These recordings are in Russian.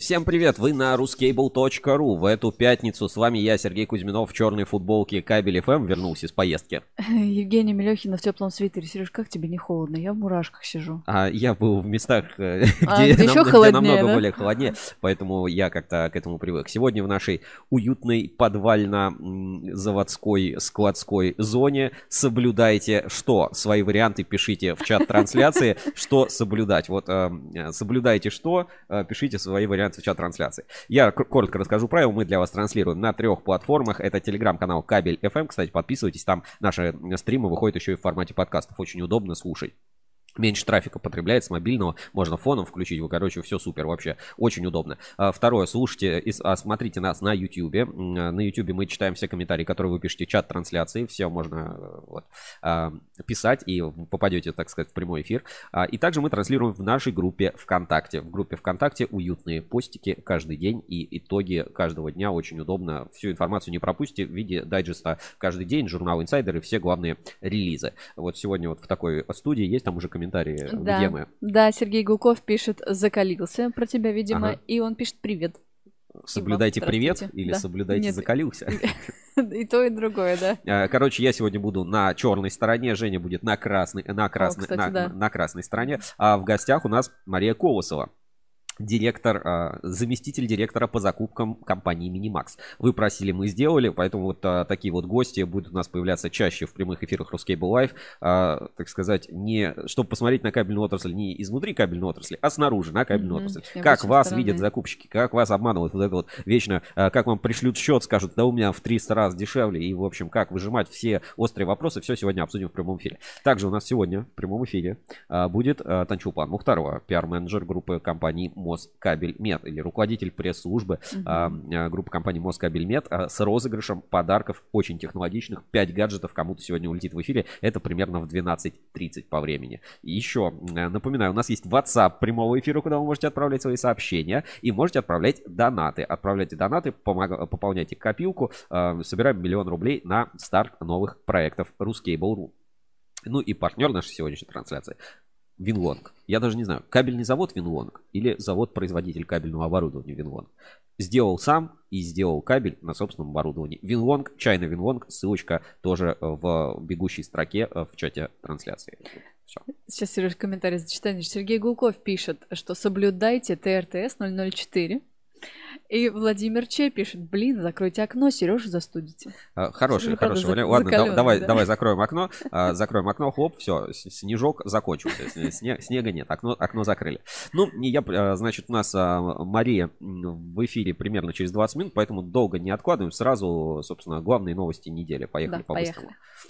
Всем привет, вы на ruscable.ru. В эту пятницу с вами я, Сергей Кузьминов, в черной футболке Кабель ФМ, вернулся из поездки. Евгения Мелехина в теплом свитере. Сереж, как тебе не холодно? Я в мурашках сижу. Я был в местах, где намного более холоднее, поэтому я как-то к этому привык. Сегодня в нашей уютной подвально-заводской складской зоне соблюдайте что? Свои варианты пишите в чат трансляции, что соблюдать. Вот соблюдайте что, пишите свои варианты в чат трансляции. Я коротко расскажу правила. Мы для вас транслируем на 3 платформах. Это телеграм-канал Кабель ФМ. Кстати, подписывайтесь. Там наши стримы выходят еще и в формате подкастов. Очень удобно слушать. Меньше трафика потребляет с мобильного, можно фоном включить, короче, все супер, вообще очень удобно. Второе, слушайте и смотрите нас на YouTube. На YouTube мы читаем все комментарии, которые вы пишете в чат трансляции, все можно писать и попадете, так сказать, в прямой эфир. И также мы транслируем в нашей группе ВКонтакте. В группе ВКонтакте уютные постики каждый день и итоги каждого дня, очень удобно. Всю информацию не пропустите в виде дайджеста каждый день, журнал Инсайдер и все главные релизы. Вот сегодня вот в такой студии есть там уже комментарии, где мы. Да, Сергей Гулков пишет, закалился про тебя, видимо, и он пишет привет. Соблюдайте привет или соблюдайте закалился. И то, и другое, да. Короче, я сегодня буду на черной стороне, Женя будет на красной стороне, а в гостях у нас Мария Колосова. Заместитель директора по закупкам компании Minimax. Вы просили, мы сделали, поэтому вот такие вот гости будут у нас появляться чаще в прямых эфирах Ruscable Live, так сказать, не чтобы посмотреть на кабельную отрасль не изнутри кабельной отрасли, а снаружи на кабельную отрасль. Как вас видят закупщики, как вас обманывают, вот это вот вечно, как вам пришлют счет, скажут, да у меня в 300 раз дешевле, и в общем, как выжимать все острые вопросы, все сегодня обсудим в прямом эфире. Также у нас сегодня в прямом эфире будет Танчулпан Мухтарова, пиар-менеджер группы компании Москабельмет или руководитель пресс-службы группы компании Москабельмет с розыгрышем подарков очень технологичных. 5 гаджетов кому-то сегодня улетит в эфире. Это примерно в 12:30 по времени. И еще напоминаю, у нас есть WhatsApp прямого эфира, куда вы можете отправлять свои сообщения и можете отправлять донаты. Отправляйте донаты, пополняйте копилку. Собираем 1 000 000 рублей на старт новых проектов Ruscable.ru. Ну и партнер нашей сегодняшней трансляции Винлонг. Я даже не знаю, кабельный завод Винлонг или завод-производитель кабельного оборудования Винлонг. Сделал сам и сделал кабель на собственном оборудовании. Винлонг, чайный Винлонг, ссылочка тоже в бегущей строке в чате трансляции. Все. Сейчас, Сереж, комментарий зачитаю. Сергей Гулков пишет, что соблюдайте ТРТС 004. И Владимир Че пишет, блин, закройте окно, Сережу застудите. Хороший вариант. Ладно, давай закроем окно. Закроем окно, хлоп, все, снежок закончился. Снега нет, окно закрыли. Ну, значит, у нас Мария в эфире примерно через 20 минут, поэтому долго не откладываем. Сразу, собственно, главные новости недели. Поехали по-быстрому.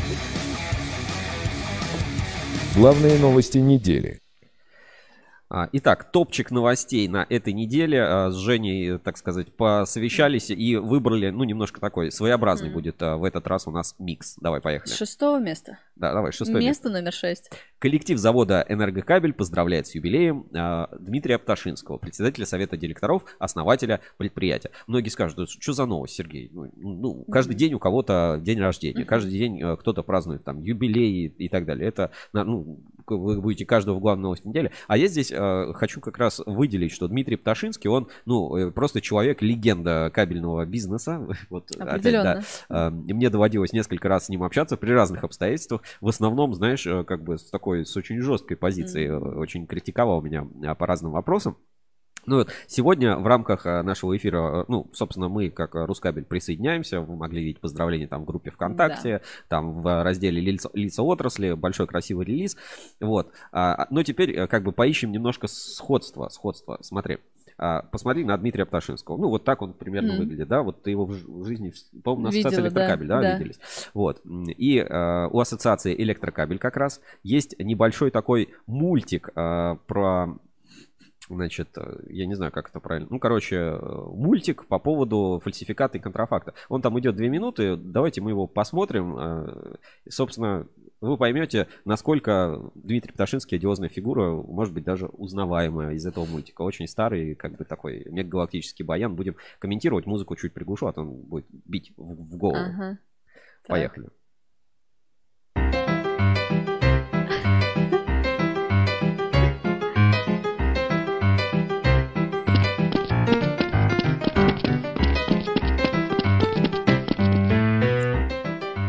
Главные новости недели. Итак, топчик новостей на этой неделе. С Женей, так сказать, посовещались и выбрали, немножко такой своеобразный будет в этот раз у нас микс. Давай, поехали. С 6-го места. Да, давай, 6-е место. Номер 6. Коллектив завода «Энергокабель» поздравляет с юбилеем Дмитрия Пташинского, председателя совета директоров, основателя предприятия. Многие скажут, что за новость, Сергей? Каждый день у кого-то день рождения, каждый день кто-то празднует там юбилей и так далее. Это, вы будете каждого в главной новости недели. А я здесь хочу как раз выделить, что Дмитрий Пташинский, он, просто человек-легенда кабельного бизнеса. Вот, определенно. Опять, да. Мне доводилось несколько раз с ним общаться при разных обстоятельствах. В основном, знаешь, как бы с очень жесткой позиции, очень критиковал меня по разным вопросам. Сегодня в рамках нашего эфира, собственно, мы, как Рускабель, присоединяемся. Вы могли видеть поздравления там в группе ВКонтакте, там в разделе лица отрасли, большой красивый релиз. Вот. Но теперь как бы поищем немножко сходства. Смотри. Посмотри на Дмитрия Пташинского. Вот так он примерно выглядит, да? Вот ты его в жизни, по-моему, на ассоциации Электрокабель, да, виделись. Вот. И у ассоциации Электрокабель как раз есть небольшой такой мультик про... Значит, я не знаю, как это правильно. Мультик по поводу фальсификата и контрафакта. Он там идет 2 минуты. Давайте мы его посмотрим. Собственно, вы поймете, насколько Дмитрий Пташинский одиозная фигура, может быть, даже узнаваемая из этого мультика. Очень старый, как бы такой мегагалактический баян. Будем комментировать. Музыку чуть приглушу, а то он будет бить в голову. Ага. Поехали.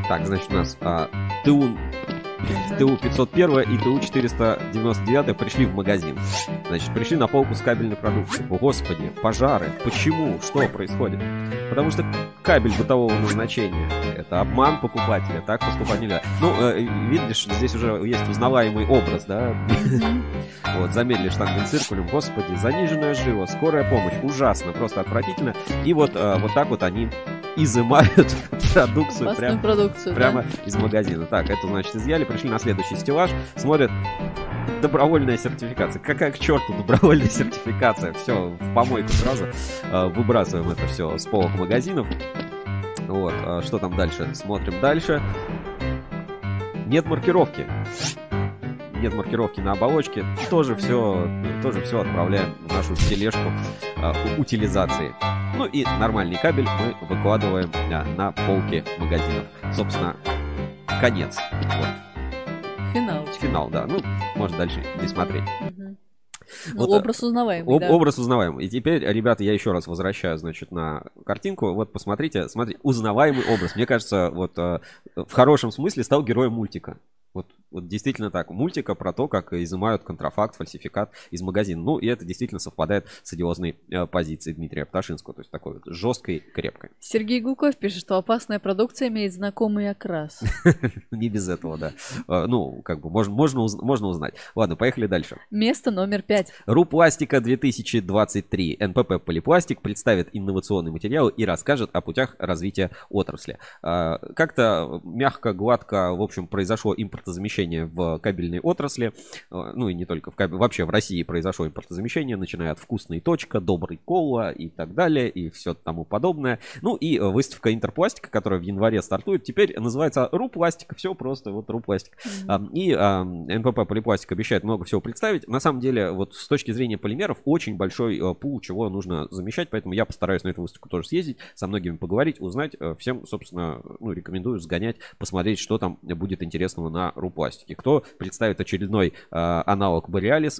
Так, значит, у нас ТУ 501 и ТУ 499 пришли в магазин. Значит, пришли на полку с кабельной продукцией. О, господи, пожары. Почему? Что происходит? Потому что кабель бытового назначения — это обман покупателя. Так поступать нельзя. Ну, видишь, здесь уже есть узнаваемый образ, да? Вот, замедлили штангенциркулем, циркулем. Господи, заниженная жила, скорая помощь. Ужасно, просто отвратительно. И вот так вот они изымают продукцию прямо из магазина. Так, это, значит, изъяли, пришли на следующий стеллаж, смотрят, добровольная сертификация. Какая к черту добровольная сертификация? Все, в помойку сразу. Выбрасываем это все с полок магазинов. Вот, что там дальше? Смотрим дальше. Нет маркировки. Нет маркировки на оболочке. Тоже все отправляем в нашу тележку утилизации. Ну и нормальный кабель мы выкладываем на полки магазинов. Собственно, конец. Вот. Финал, да. Ну, можно дальше не смотреть. Вот, образ узнаваемый, да. Образ узнаваемый. И теперь, ребята, я еще раз возвращаю, значит, на картинку. Вот, посмотрите, узнаваемый образ. Мне кажется, вот в хорошем смысле стал героем мультика. Вот действительно так. Мультика про то, как изымают контрафакт, фальсификат из магазина. Ну, и это действительно совпадает с одиозной позицией Дмитрия Пташинского. То есть такой вот жесткой, крепкой. Сергей Гулков пишет, что опасная продукция имеет знакомый окрас. Не без этого, да. Ну, как бы можно узнать. Ладно, поехали дальше. Место номер 5. РУ-пластика 2023. НПП «Полипластик» представит инновационные материалы и расскажет о путях развития отрасли. Как-то мягко, гладко, в общем, произошло импортозамещение в кабельной отрасли, ну и не только в кабель, вообще в России произошло импортозамещение, начиная от «Вкусной точка», «Добрый кола» и так далее, и все тому подобное. Ну и выставка «Интерпластика», которая в январе стартует, теперь называется «РУ-пластика», все просто, вот «РУ-пластик». И НПП «Полипластик» обещает много всего представить. На самом деле, вот с точки зрения полимеров, очень большой пул, чего нужно замещать, поэтому я постараюсь на эту выставку тоже съездить, со многими поговорить, узнать. Всем, собственно, рекомендую сгонять, посмотреть, что там будет интересного на РУ-пластике. Кто представит очередной аналог Borealis,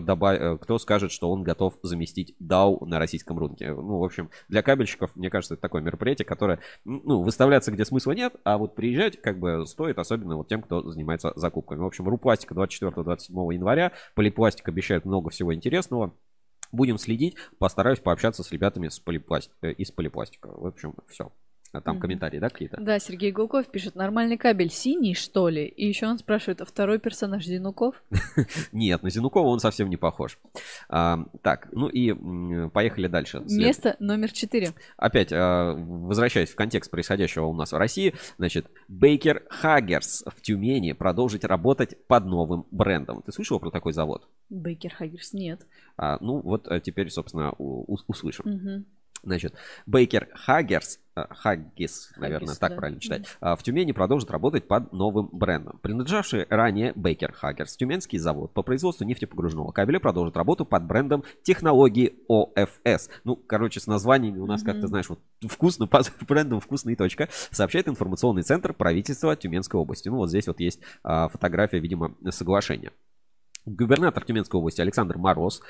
кто скажет, что он готов заместить DAO на российском рынке. Ну, в общем, для кабельщиков, мне кажется, это такое мероприятие, которое, выставляться где смысла нет, а вот приезжать как бы стоит, особенно вот тем, кто занимается закупками. В общем, РУ-пластика 24-27 января. Полипластик обещает много всего интересного. Будем следить, постараюсь пообщаться с ребятами из Полипластика. В общем, все. А там комментарии, да, какие-то? Да, Сергей Гулков пишет, нормальный кабель синий, что ли? И еще он спрашивает, а второй персонаж Зинуков? Нет, на Зинукова он совсем не похож. Так, ну и поехали дальше. Место номер 4. Опять, возвращаясь в контекст происходящего у нас в России, значит, Бейкер Хаггерс в Тюмени продолжит работать под новым брендом. Ты слышала про такой завод? Бейкер Хаггерс нет. Ну вот теперь, собственно, услышим. Значит, Бейкер Хаггерс, наверное, так да. Правильно читать, в Тюмени продолжит работать под новым брендом. Принадлежавший ранее Бейкер Хаггерс, тюменский завод по производству нефтепогружного кабеля, продолжит работу под брендом технологии ОФС. Ну, короче, с названиями у нас, как ты знаешь, вот вкусно, под брендом «Вкусная точка», сообщает информационный центр правительства Тюменской области. Ну, вот здесь вот есть фотография, видимо, соглашения. Губернатор Тюменской области Александр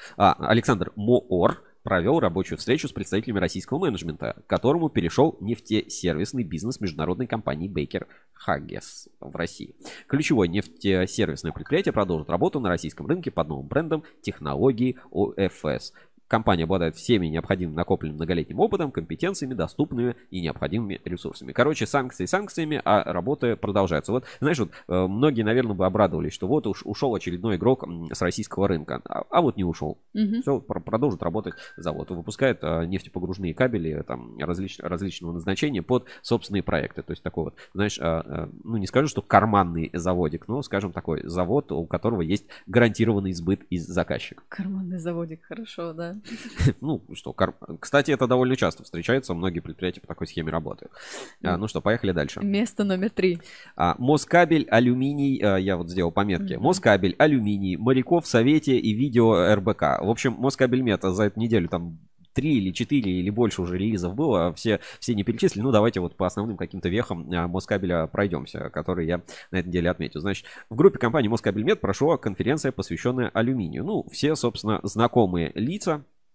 Моор провел рабочую встречу с представителями российского менеджмента, к которому перешел нефтесервисный бизнес международной компании Baker Hughes в России. Ключевое нефтесервисное предприятие продолжит работу на российском рынке под новым брендом технологии ОФС. Компания обладает всеми необходимым накопленным многолетним опытом, компетенциями, доступными и необходимыми ресурсами. Короче, санкции санкциями, а работа продолжается. Вот, знаешь, вот многие, наверное, бы обрадовались, что вот уж ушел очередной игрок с российского рынка, а вот не ушел. Все, продолжит работать завод. Выпускает нефтепогружные кабели там, различного назначения под собственные проекты. То есть такой вот, знаешь, ну не скажу, что карманный заводик, но, скажем, такой завод, у которого есть гарантированный сбыт из заказчика. Карманный заводик, хорошо, да. Ну, что, кстати, это довольно часто встречается, многие предприятия по такой схеме работают. Ну что, поехали дальше. Место номер 3. Москабель, алюминий, я вот сделал пометки. Москабель, алюминий, моряков в Совете и видео РБК. В общем, Москабельмет за эту неделю там 3 или 4 или больше уже релизов было, все не перечислили. Ну, давайте вот по основным каким-то вехам Москабеля пройдемся, которые я на этой неделе отметил. Значит, в группе компании Москабельмет прошла конференция, посвященная алюминию. Ну, все, собственно, знакомые лица.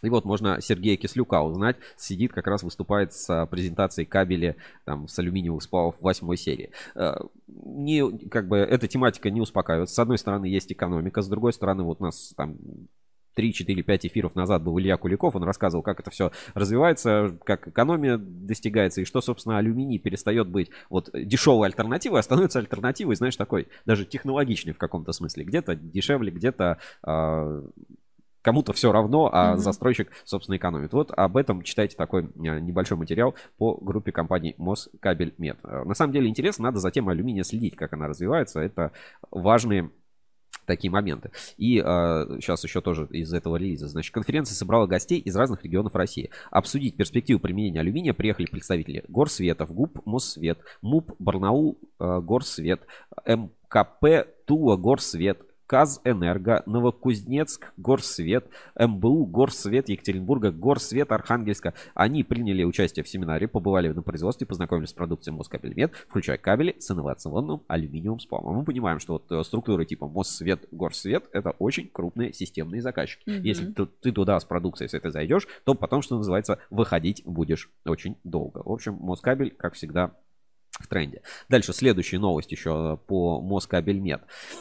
И вот можно Сергея Кислюка узнать. Сидит, как раз выступает с презентацией кабеля там, с алюминиевых сплавов 8 серии. Как бы эта тематика не успокаивает. С одной стороны, есть экономика. С другой стороны, вот у нас там 3, 4, 5 эфиров назад был Илья Куликов. Он рассказывал, как это все развивается, как экономия достигается. И что, собственно, алюминий перестает быть вот дешевой альтернативой, а становится альтернативой, знаешь, такой даже технологичной в каком-то смысле. Где-то дешевле, где-то... Кому-то все равно, а застройщик, собственно, экономит. Вот об этом читайте такой небольшой материал по группе компаний Москабельмет. На самом деле интересно, надо за темой алюминия следить, как она развивается. Это важные такие моменты. И сейчас еще тоже из этого релиза. Значит, конференция собрала гостей из разных регионов России. Обсудить перспективу применения алюминия приехали представители Горсветов, ГУП Моссвет, МУП Барнаул Горсвет, МКП Тула Горсвет, Казэнерго, Новокузнецк, Горсвет, МБУ, Горсвет Екатеринбурга, Горсвет Архангельска. Они приняли участие в семинаре, побывали на производстве, познакомились с продукцией Москабельмет, включая кабели с инновационным алюминиевым сплавом. Мы понимаем, что вот структуры типа Моссвет, Горсвет — это очень крупные системные заказчики. Если ты туда с продукцией с этой зайдешь, то потом, что называется, выходить будешь очень долго. В общем, Москабель, как всегда, в тренде. Дальше следующая новость еще по Москабельмет.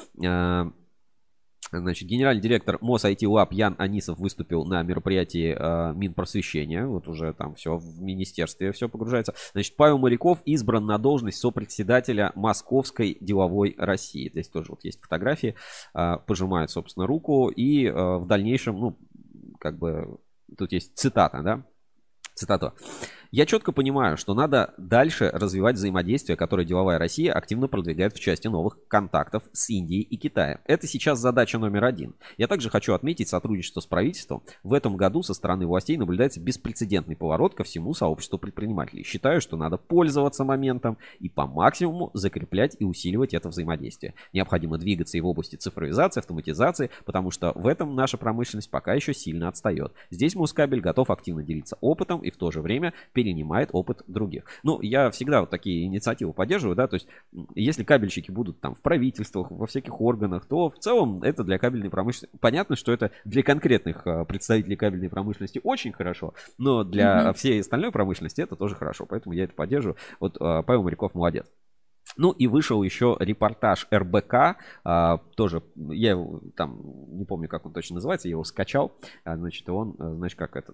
Значит, генеральный директор МОС IT Lab Ян Анисов выступил на мероприятии Минпросвещения. Вот уже там все в министерстве все погружается. Значит, Павел Моряков избран на должность сопредседателя Московской деловой России. Здесь тоже вот есть фотографии. Пожимает, собственно, руку. И в дальнейшем, ну, как бы, тут есть цитата, да? Цитата. «Я четко понимаю, что надо дальше развивать взаимодействие, которое деловая Россия активно продвигает в части новых контактов с Индией и Китаем. Это сейчас задача номер один. Я также хочу отметить сотрудничество с правительством. В этом году со стороны властей наблюдается беспрецедентный поворот ко всему сообществу предпринимателей. Считаю, что надо пользоваться моментом и по максимуму закреплять и усиливать это взаимодействие. Необходимо двигаться и в области цифровизации, автоматизации, потому что в этом наша промышленность пока еще сильно отстает. Здесь Москабель готов активно делиться опытом и в то же время перенимает опыт других». Ну, я всегда вот такие инициативы поддерживаю, да, то есть если кабельщики будут там в правительствах, во всяких органах, то в целом это для кабельной промышленности. Понятно, что это для конкретных представителей кабельной промышленности очень хорошо, но для всей остальной промышленности это тоже хорошо, поэтому я это поддерживаю. Вот Павел Моряков молодец. Ну и вышел еще репортаж РБК, тоже, я его там, не помню, как он точно называется, я его скачал, значит, он, значит, как этот...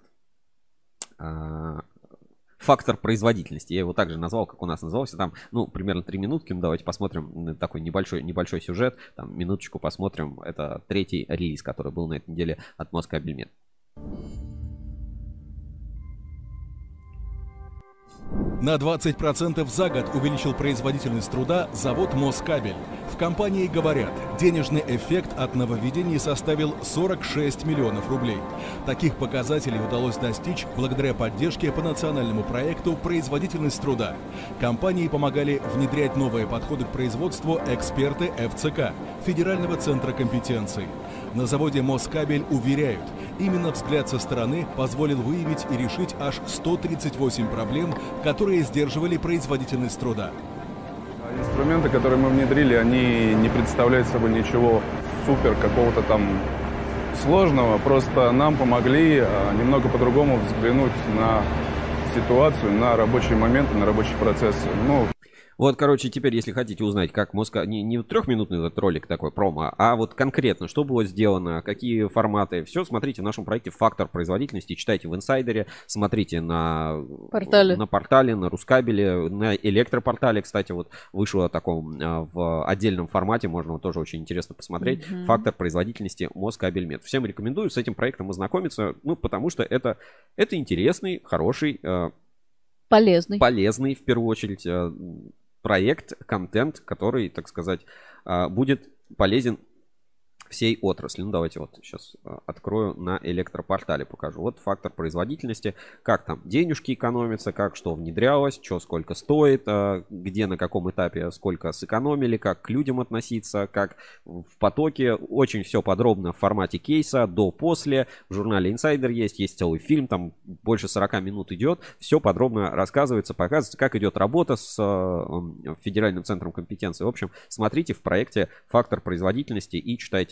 Фактор производительности. Я его также назвал, как у нас назывался. Там, ну, примерно 3 минутки. Ну, давайте посмотрим такой небольшой сюжет. Там, минуточку посмотрим. Это 3-й релиз, который был на этой неделе от Москабельмет. На 20% за год увеличил производительность труда завод Москабель. В компании говорят, денежный эффект от нововведений составил 46 миллионов рублей. Таких показателей удалось достичь благодаря поддержке по национальному проекту «Производительность труда». Компании помогали внедрять новые подходы к производству эксперты ФЦК, Федерального центра компетенций. На заводе Москабель уверяют, именно взгляд со стороны позволил выявить и решить аж 138 проблем, которые сдерживали производительность труда. Инструменты, которые мы внедрили, они не представляют собой ничего супер какого-то там сложного. Просто нам помогли немного по-другому взглянуть на ситуацию, на рабочие моменты, на рабочие процессы. Вот, короче, теперь, если хотите узнать, как не 3-минутный этот ролик такой промо, а вот конкретно, что было сделано, какие форматы, все смотрите в нашем проекте «Фактор производительности», читайте в инсайдере, смотрите на портале, на Рускабеле, на электропортале, кстати, вот вышло таком в отдельном формате, можно вот тоже очень интересно посмотреть, «Фактор производительности Москабельмет». Всем рекомендую с этим проектом ознакомиться, ну, потому что это интересный, хороший, полезный, в первую очередь, проект, контент, который, так сказать, будет полезен всей отрасли. Ну, давайте вот сейчас открою на электропортале, покажу. Вот фактор производительности, как там денежки экономятся, как что внедрялось, что сколько стоит, где на каком этапе сколько сэкономили, как к людям относиться, как в потоке. Очень все подробно в формате кейса, до-после. В журнале Insider есть целый фильм, там больше 40 минут идет. Все подробно рассказывается, показывается, как идет работа с Федеральным центром компетенции. В общем, смотрите в проекте «Фактор производительности» и читайте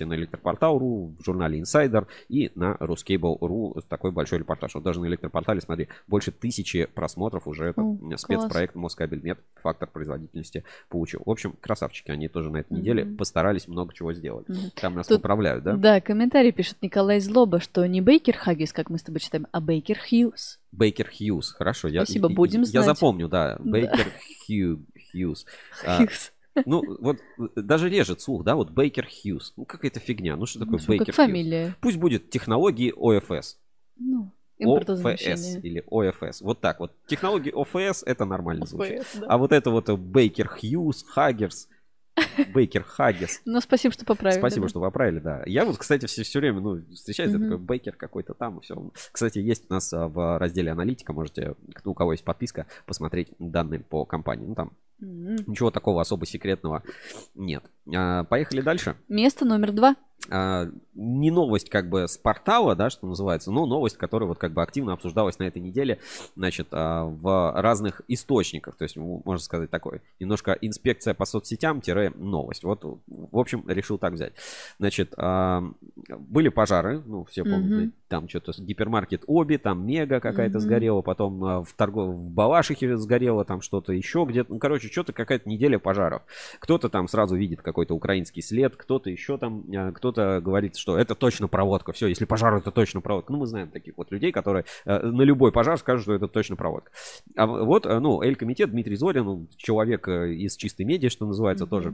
на электропортал.ру, в журнале Insider и на Ruscable.ru такой большой репортаж. Вот даже на электропортале, смотри, больше 1000 просмотров уже этот спецпроект Москабельмет, фактор производительности получил. В общем, красавчики, они тоже на этой неделе постарались, много чего сделать. Там нас поправляют, да? Да, комментарий пишет Николай Злоба, что не Бейкер Хаггис, как мы с тобой читаем, а Бейкер Хьюз. Бейкер Хьюз, хорошо. Спасибо, будем знать. Я запомню, да. Бейкер Хьюз. Ну, вот даже режет слух, да, вот Бейкер Хьюз. Ну, какая-то фигня. Ну, что такое Бейкер Хьюз? Фамилия. Пусть будет технологии ОФС. Ну, ОФС или ОФС. Вот так вот. Технологии ОФС это нормально звучит. Да. А вот это вот Бейкер Хьюз, Хаггерс, Бейкер Хаггис. Ну, спасибо, что поправили. Спасибо, что поправили, да. Я вот, кстати, все время, встречается такой Бейкер какой-то там, и все. Кстати, есть у нас в разделе аналитика, можете, у кого есть подписка, посмотреть данные по компании. Ну, там ничего такого особо секретного нет. Поехали дальше. Место номер 2. Не новость как бы с портала, да, что называется, но новость, которая вот как бы активно обсуждалась на этой неделе, значит, в разных источниках. То есть, можно сказать, такой немножко инспекция по соцсетям новость. Вот, в общем, решил так взять. Значит, были пожары, ну, все помнят, там что-то гипермаркет Оби, там Мега какая-то сгорела, потом в Балашихе сгорело там что-то еще где-то. Ну, короче, что-то какая-то неделя пожаров. Кто-то там сразу видит какой-то украинский след, кто-то еще там, кто-то говорит, что это точно проводка. Все, если пожар, это точно проводка. Ну, мы знаем таких вот людей, которые на любой пожар скажут, что это точно проводка. А вот, ну, Эль-комитет, Дмитрий Зорин, человек из чистой медиа, что называется, тоже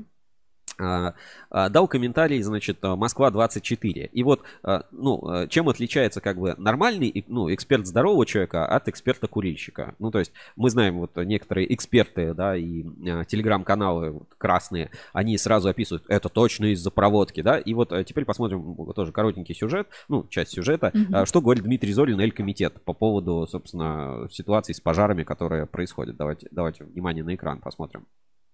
дал комментарий, значит, Москва-24. И вот, ну, чем отличается как бы нормальный, ну, эксперт здорового человека от эксперта-курильщика? Ну, то есть мы знаем, вот некоторые эксперты, да, и телеграм-каналы вот, красные, они сразу описывают, это точно из-за проводки, да, и вот теперь посмотрим тоже коротенький сюжет, ну, часть сюжета, что говорит Дмитрий Зорин, Эль-комитет по поводу, собственно, ситуации с пожарами, которые происходят. Давайте внимание на экран посмотрим.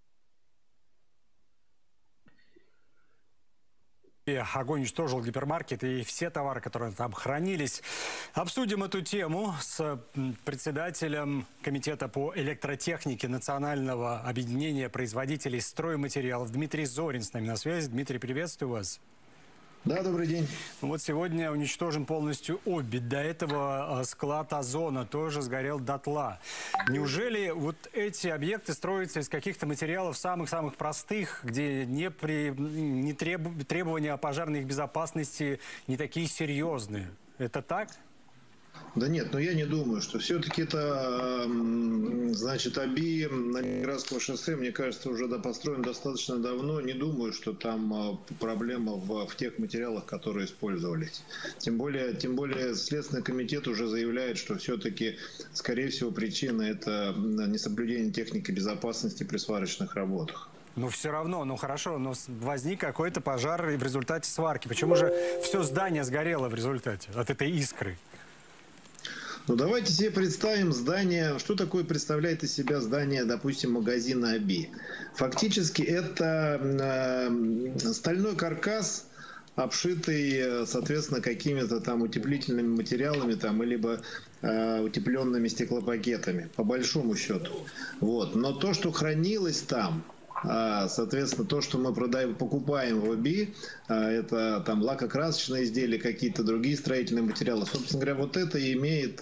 Огонь уничтожил гипермаркет и все товары, которые там хранились. Обсудим эту тему с председателем комитета по электротехнике Национального объединения производителей стройматериалов Дмитрий Зорин с нами на связи. Дмитрий, приветствую вас. Да, добрый день. Вот сегодня уничтожен полностью Оби. До этого склад Озона тоже сгорел дотла. Неужели вот эти объекты строятся из каких-то материалов самых-самых простых, где требования о пожарной безопасности не такие серьезные? Это так? Да нет, но я не думаю, что все-таки это, значит, ОБИ на Ленинградском шоссе, мне кажется, уже построен достаточно давно. Не думаю, что там проблема в тех материалах, которые использовались. Тем более Следственный комитет уже заявляет, что все-таки, скорее всего, причина это несоблюдение техники безопасности при сварочных работах. Ну, все равно, ну хорошо, но возник какой-то пожар в результате сварки. Почему же все здание сгорело в результате от этой искры? Ну, давайте себе представим здание, что такое представляет из себя здание, допустим, магазина ОБИ. Фактически это стальной каркас, обшитый, соответственно, какими-то там утеплительными материалами, там, либо утепленными стеклопакетами, по большому счету. Вот. Но то, что хранилось там, соответственно, то, что мы покупаем в ОБИ, это там лакокрасочные изделия, какие-то другие строительные материалы. Собственно говоря, вот это и имеет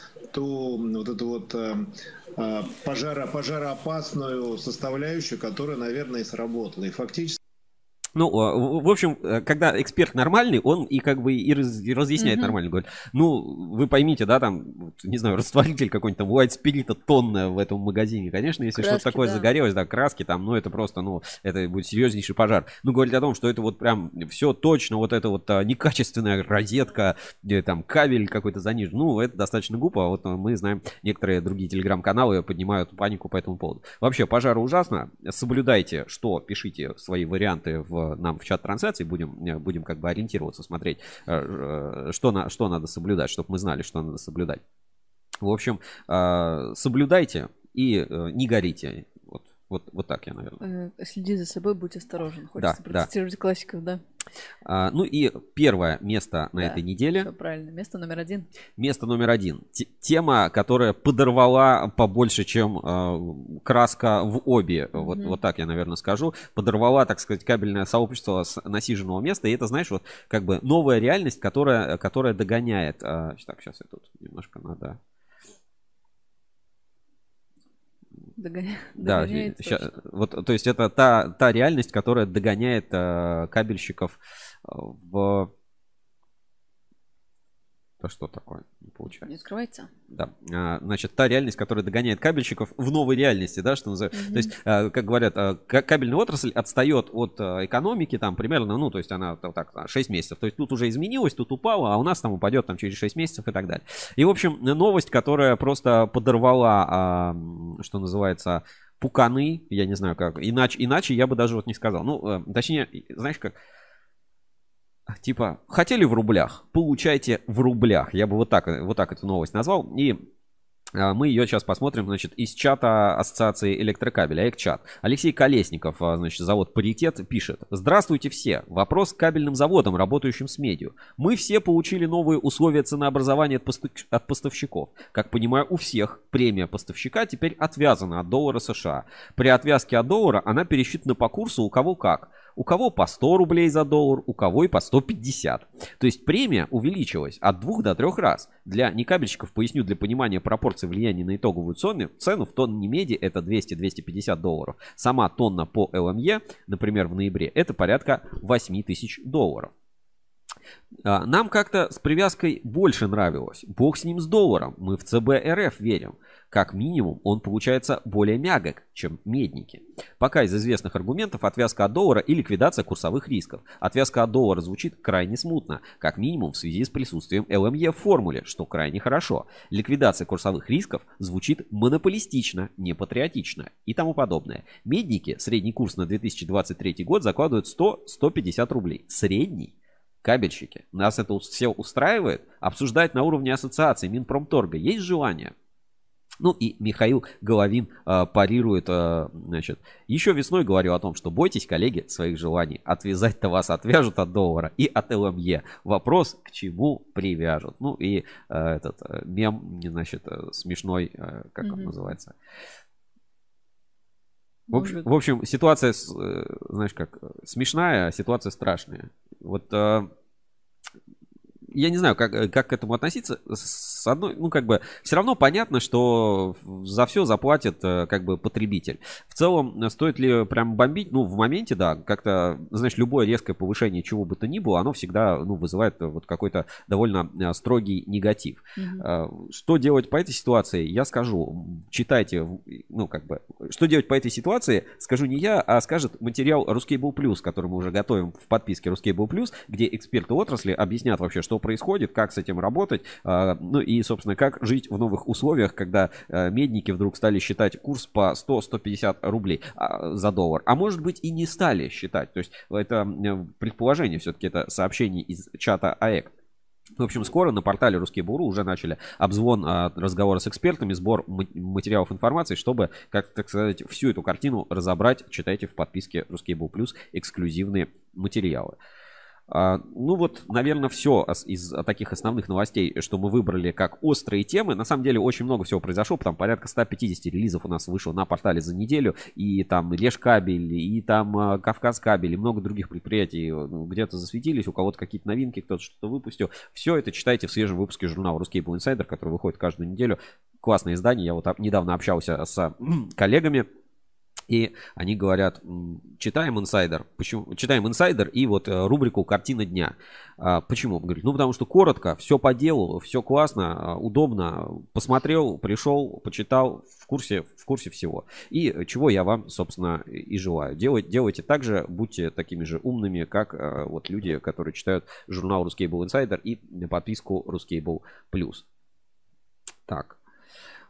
пожароопасную составляющую, которая, наверное, и сработала. И фактически... Ну, в общем, когда эксперт нормальный, он и как бы и разъясняет нормально, говорит, ну, вы поймите, да, там, не знаю, растворитель какой-нибудь там, white spirit тонна в этом магазине, конечно, если что-то такое загорелось, да, краски там, ну, это просто, ну, это будет серьезнейший пожар. Ну, говорит о том, что это вот прям все точно, вот это вот некачественная розетка, где там кабель какой-то занижен, ну, это достаточно глупо, а вот мы знаем, некоторые другие телеграм-каналы поднимают панику по этому поводу. Вообще, пожары ужасно, соблюдайте, что, пишите свои варианты нам в чат трансляции, будем как бы ориентироваться, смотреть, что надо соблюдать, чтобы мы знали, что надо соблюдать. В общем, соблюдайте и не горите. Вот так я, наверное. Следи за собой, будь осторожен. Хочется Да, процитировать классиков, да. Ну и первое место на этой неделе. Все правильно. Место номер 1. Место номер 1. Тема, которая подорвала побольше, чем краска в обе. Вот так я, наверное, скажу. Подорвала, так сказать, кабельное сообщество с насиженного места. И это, знаешь, вот как бы новая реальность, которая догоняет. Так, сейчас я тут немножко надо... Да, вот, то есть это та реальность, которая догоняет кабельщиков в... Это что такое? Не получается. Не открывается? Да. Значит, та реальность, которая догоняет кабельщиков в новой реальности, да, что называется. То есть, как говорят, кабельная отрасль отстает от экономики там примерно, ну, то есть она так 6 месяцев. То есть тут уже изменилось, тут упало, а у нас там упадет там через 6 месяцев и так далее. И, в общем, новость, которая просто подорвала, что называется, пуканы, я не знаю как, иначе я бы даже вот не сказал. Ну, точнее, знаешь как, типа, хотели в рублях, получайте в рублях. Я бы вот так эту новость назвал. И мы ее сейчас посмотрим, значит, из чата Ассоциации электрокабеля, ЭКЧАТ. Алексей Колесников, значит, завод «Паритет», пишет. Здравствуйте все. Вопрос к кабельным заводам, работающим с медью. Мы все получили новые условия ценообразования от поставщиков. Как понимаю, у всех премия поставщика теперь отвязана от доллара США. При отвязке от доллара она пересчитана по курсу у кого как. У кого по 100 рублей за доллар, у кого и по 150. То есть премия увеличилась от 2 до 3 раз. Для некабельщиков, поясню, для понимания пропорций влияния на итоговую цену в тонне меди это 200-250 долларов. Сама тонна по ЛМЕ, например, в ноябре, это порядка 8 тысяч долларов. Нам как-то с привязкой больше нравилось. Бог с ним с долларом. Мы в ЦБ РФ верим. Как минимум, он получается более мягок, чем медники. Пока из известных аргументов отвязка от доллара и ликвидация курсовых рисков. Отвязка от доллара звучит крайне смутно. Как минимум в связи с присутствием ЛМЕ в формуле, что крайне хорошо. Ликвидация курсовых рисков звучит монополистично, непатриотично и тому подобное. Медники средний курс на 2023 год закладывают 100-150 рублей. Средний. Кабельщики. Нас это все устраивает. Обсуждать на уровне ассоциации Минпромторга есть желание? Ну и Михаил Головин парирует, значит, еще весной говорил о том, что бойтесь, коллеги, своих желаний. Отвязать-то вас отвяжут от доллара и от ЛМЕ. Вопрос, к чему привяжут. Ну и этот мем, значит, смешной, как он называется. В общем, ситуация, знаешь как, смешная, а ситуация страшная. Вот я не знаю, как к этому относиться. С одной, ну, как бы, все равно понятно, что за все заплатит, как бы, потребитель. В целом, стоит ли прям бомбить? Ну, в моменте, да, как-то, знаешь, любое резкое повышение чего бы то ни было, оно всегда, ну, вызывает вот какой-то довольно строгий негатив. Что делать по этой ситуации, я скажу. Читайте, ну, как бы, что делать по этой ситуации, скажу не я, а скажет материал Ruscable Plus, который мы уже готовим в подписке Ruscable Plus, где эксперты отрасли объяснят вообще, что происходит, как с этим работать, ну и, собственно, как жить в новых условиях, когда медники вдруг стали считать курс по 100-150 рублей за доллар. А может быть и не стали считать. То есть это предположение, все-таки это сообщение из чата АЭК. В общем, скоро на портале Ruskable.ru уже начали обзвон, разговоры с экспертами, сбор материалов информации, чтобы, как так сказать, всю эту картину разобрать. Читайте в подписке Ruskable Plus эксклюзивные материалы. Ну вот, наверное, все из таких основных новостей, что мы выбрали как острые темы. На самом деле очень много всего произошло, там порядка 150 релизов у нас вышло на портале за неделю. И там Лешкабель, и там Кавказкабель, и много других предприятий где-то засветились, у кого-то какие-то новинки, кто-то что-то выпустил. Все это читайте в свежем выпуске журнала Ruscable Insider, который выходит каждую неделю. Классное издание, я вот недавно общался с коллегами. И они говорят, читаем инсайдер. Почему? Читаем инсайдер и вот рубрику «Картина дня». Почему? Говорит, ну потому что коротко, все по делу, все классно, удобно. Посмотрел, пришел, почитал, в курсе всего. И чего я вам, собственно, и желаю. Делайте так же, будьте такими же умными, как вот люди, которые читают журнал Ruscable Insider и подписку Ruscable Plus. Так.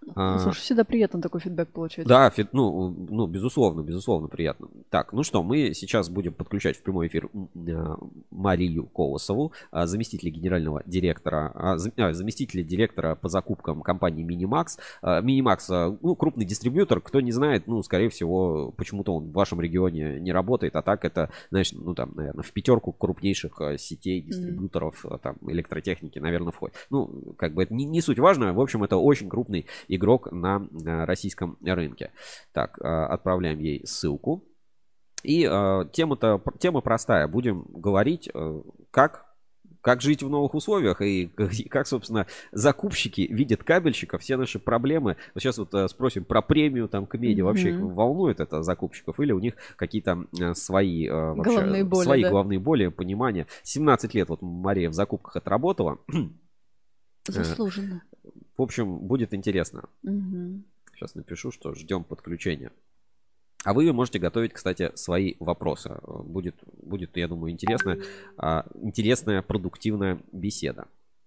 Слушай, всегда приятно такой фидбэк получать. Да, безусловно, приятно. Так, ну что, мы сейчас будем подключать в прямой эфир Марию Колосову, заместителя генерального директора, заместителя директора по закупкам компании Minimax. Minimax, крупный дистрибьютор, кто не знает, скорее всего, почему-то он в вашем регионе не работает, а так это, знаешь, наверное, в пятерку крупнейших сетей дистрибьюторов там, электротехники, наверное, входит. Это не суть важно, в общем, это очень крупный игрок на российском рынке. Так, отправляем ей ссылку. И тема простая. Будем говорить, как жить в новых условиях и как, собственно, закупщики видят кабельщиков, все наши проблемы. Вот сейчас спросим про премию там к меди. Вообще их волнует это закупщиков или у них какие-то свои головные боли, понимания. 17 лет вот Мария в закупках отработала. Заслуженно. В общем, будет интересно. Сейчас напишу, что ждем подключения. А вы можете готовить, кстати, свои вопросы. Будет, я думаю, интересная, продуктивная беседа.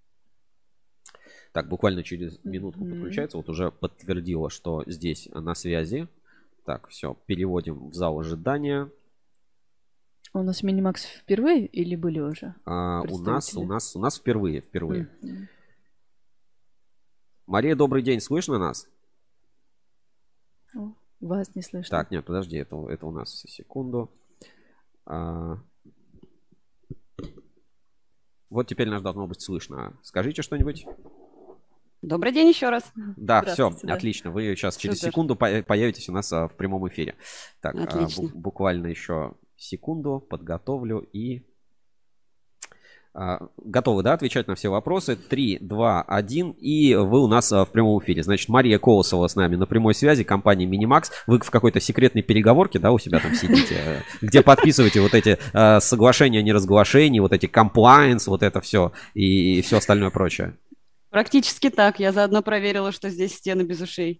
Так, буквально через минутку подключается. Вот уже подтвердила, что здесь на связи. Так, все, переводим в зал ожидания. У нас Minimax впервые или были уже? У нас впервые. Мария, добрый день, слышно нас? Вас не слышно. Так, нет, подожди, это у нас, секунду. Вот теперь нас должно быть слышно. Скажите что-нибудь. Добрый день еще раз. Да, все, отлично. Вы сейчас через секунду появитесь у нас в прямом эфире. Так, буквально еще секунду, подготовлю и... Готовы, да, отвечать на все вопросы? 3, 2, 1. И вы у нас в прямом эфире. Значит, Мария Колосова с нами на прямой связи, компания Minimax. Вы в какой-то секретной переговорке, да, у себя там сидите, где подписываете вот эти соглашения о неразглашении, вот эти compliance, вот это все и все остальное прочее. Практически так. Я заодно проверила, что здесь стены без ушей.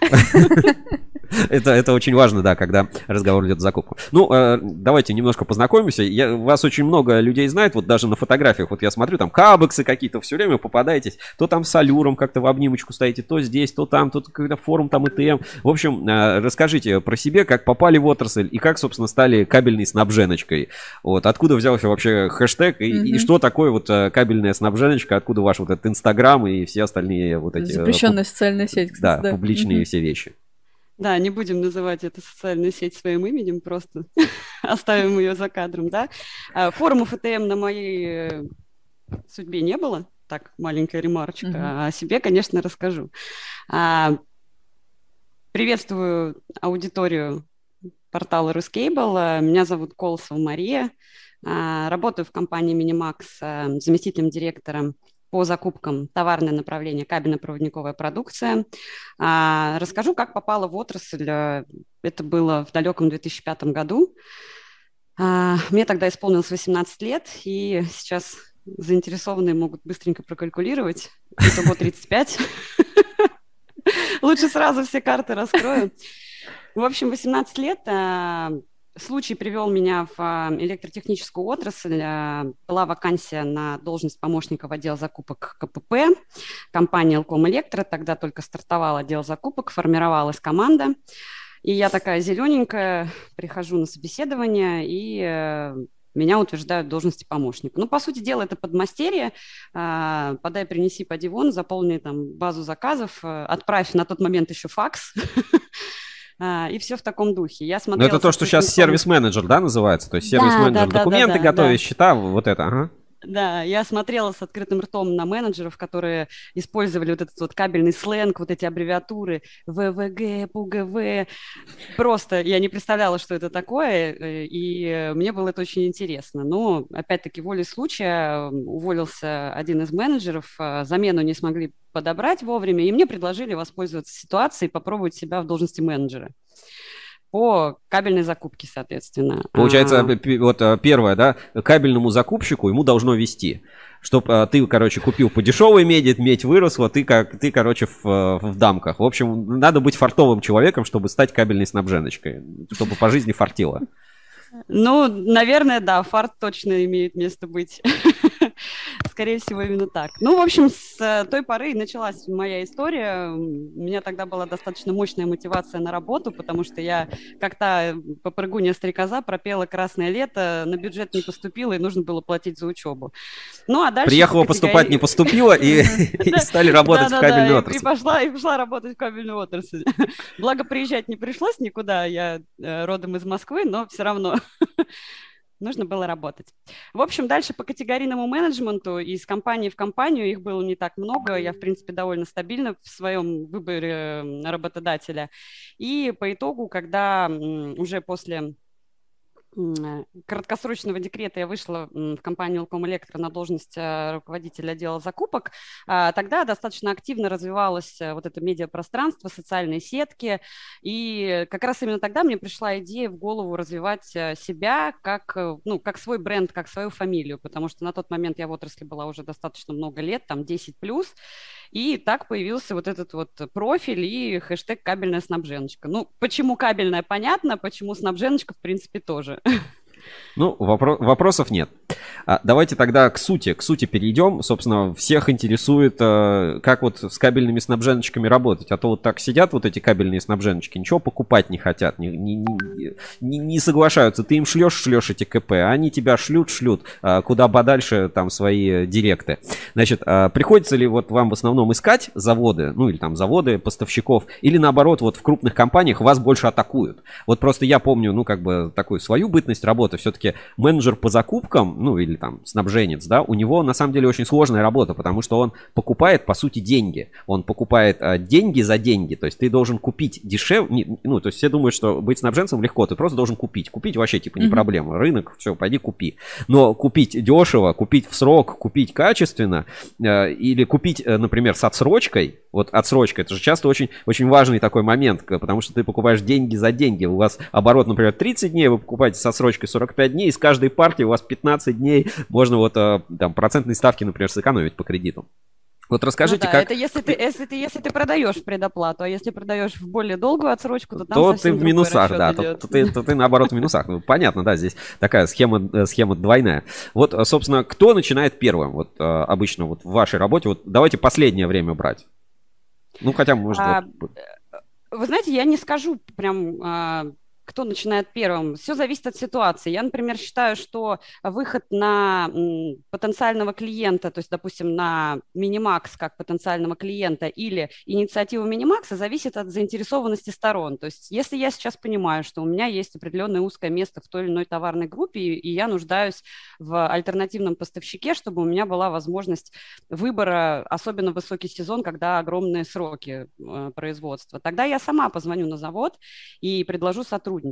Это очень важно, да, когда разговор идет о закупку. Давайте немножко познакомимся. Вас очень много людей знает, вот даже на фотографиях. Вот я смотрю, там кабексы какие-то все время попадаетесь. То там с Алюром как-то в обнимочку стоите, то здесь, то там, то когда форум там ИТМ. В общем, расскажите про себя, как попали в отрасль и как, собственно, стали кабельной снабженочкой. Вот, откуда взялся вообще хэштег и что такое вот кабельная снабженочка, откуда ваш вот этот Инстаграм и все остальные вот эти... Запрещенная социальная сеть, кстати. Да, публичные все вещи. Да, не будем называть эту социальную сеть своим именем, просто оставим ее за кадром, да. Форумов ИТМ на моей судьбе не было, так, маленькая ремарочка, о себе, конечно, расскажу. Приветствую аудиторию портала Ruscable, меня зовут Колосова Мария, работаю в компании Minimax заместителем директора по закупкам товарное направление кабельно-проводниковая продукция. Расскажу, как попала в отрасль. Это было в далеком 2005 году. Мне тогда исполнилось 18 лет, и сейчас заинтересованные могут быстренько прокалькулировать. Итого 35. Лучше сразу все карты раскрою. В общем, 18 лет... Случай привел меня в электротехническую отрасль. Была вакансия на должность помощника в отдел закупок КПП. Компания Elcom Электро. Тогда только стартовал отдел закупок, формировалась команда. И я такая зелененькая, прихожу на собеседование, и меня утверждают в должности помощника. Ну, по сути дела, это подмастерье. Подай, принеси, поди вон, заполни там базу заказов, отправь на тот момент еще факс. И все в таком духе. Я смотрела... Но это то, что сейчас сервис-менеджер, да, называется? То есть сервис-менеджер, документы готовить, счета, вот это, ага. Да, я смотрела с открытым ртом на менеджеров, которые использовали вот этот вот кабельный сленг, вот эти аббревиатуры ВВГ, ПУГВ. Просто я не представляла, что это такое, и мне было это очень интересно. Но, опять-таки, волей случая уволился один из менеджеров, замену не смогли подобрать вовремя, и мне предложили воспользоваться ситуацией и попробовать себя в должности менеджера. По кабельной закупке, соответственно. Получается, вот первое, да, кабельному закупщику ему должно вести. Чтоб ты, короче, купил по дешевой меди, медь выросла, ты, короче, в дамках. В общем, надо быть фартовым человеком, чтобы стать кабельной снабженочкой, чтобы по жизни фартило. Ну, наверное, да, фарт точно имеет место быть. скорее всего, именно так. Ну, в общем, с той поры и началась моя история. У меня тогда была достаточно мощная мотивация на работу, потому что я, как та попрыгунья-стрекоза, пропела «Красное лето», на бюджет не поступила, и нужно было платить за учебу. Ну, а дальше... Приехала поступать, не поступила, и стали работать в кабельной отрасли. И пошла работать в кабельную отрасль. Благо, приезжать не пришлось никуда, я родом из Москвы, но все равно... Нужно было работать. В общем, дальше по категорийному менеджменту из компании в компанию их было не так много. Я, в принципе, довольно стабильна в своем выборе работодателя. И по итогу, когда уже после краткосрочного декрета я вышла в компанию Ullcom Electro на должность руководителя отдела закупок, тогда достаточно активно развивалось вот это медиапространство, социальные сетки, и как раз именно тогда мне пришла идея в голову развивать себя как, ну, как свой бренд, как свою фамилию, потому что на тот момент я в отрасли была уже достаточно много лет, там 10+, и так появился вот этот вот профиль и хэштег «Кабельная снабженочка». Ну, почему кабельная, понятно, почему снабженочка, в принципе, тоже. Ну, вопросов нет. Давайте тогда к сути перейдем. Собственно, всех интересует, как вот с кабельными снабженочками работать. А то вот так сидят вот эти кабельные снабженочки, ничего покупать не хотят, не соглашаются. Ты им шлешь эти КП, а они тебя шлют куда подальше там свои директы. Значит, приходится ли вот вам в основном искать заводы, ну или там заводы поставщиков, или наоборот, вот в крупных компаниях вас больше атакуют? Вот просто я помню, ну как бы такую свою бытность работы. Все-таки менеджер по закупкам, ну или там снабженец, да, у него на самом деле очень сложная работа, потому что он покупает, по сути, деньги. Он покупает деньги за деньги. То есть ты должен купить дешевле. Ну, то есть все думают, что быть снабженцем легко. Ты просто должен купить. Купить вообще типа не проблема. Рынок, все, пойди купи. Но купить дешево, купить в срок, купить качественно или купить, например, с отсрочкой. Вот отсрочка, это же часто очень, очень важный такой момент, потому что ты покупаешь деньги за деньги. У вас оборот, например, 30 дней, вы покупаете с отсрочкой 45 дней, и с каждой партии у вас 15 дней можно вот там процентные ставки, например, сэкономить по кредиту. Вот расскажите, ну да, как... Это если ты продаешь в предоплату, а если продаешь в более долгую отсрочку, то там то совсем ты в минусах, да, идет. то ты наоборот в минусах. Ну, понятно, да, здесь такая схема двойная. Вот, собственно, кто начинает первым? Вот обычно вот в вашей работе, вот давайте последнее время брать. Ну, хотя, может... Вы знаете, я не скажу прям... кто начинает первым. Все зависит от ситуации. Я, например, считаю, что выход на потенциального клиента, то есть, допустим, на Минимакс как потенциального клиента или инициатива Минимакса зависит от заинтересованности сторон. То есть, если я сейчас понимаю, что у меня есть определенное узкое место в той или иной товарной группе, и я нуждаюсь в альтернативном поставщике, чтобы у меня была возможность выбора, особенно в высокий сезон, когда огромные сроки производства, тогда я сама позвоню на завод и предложу сотрудничество.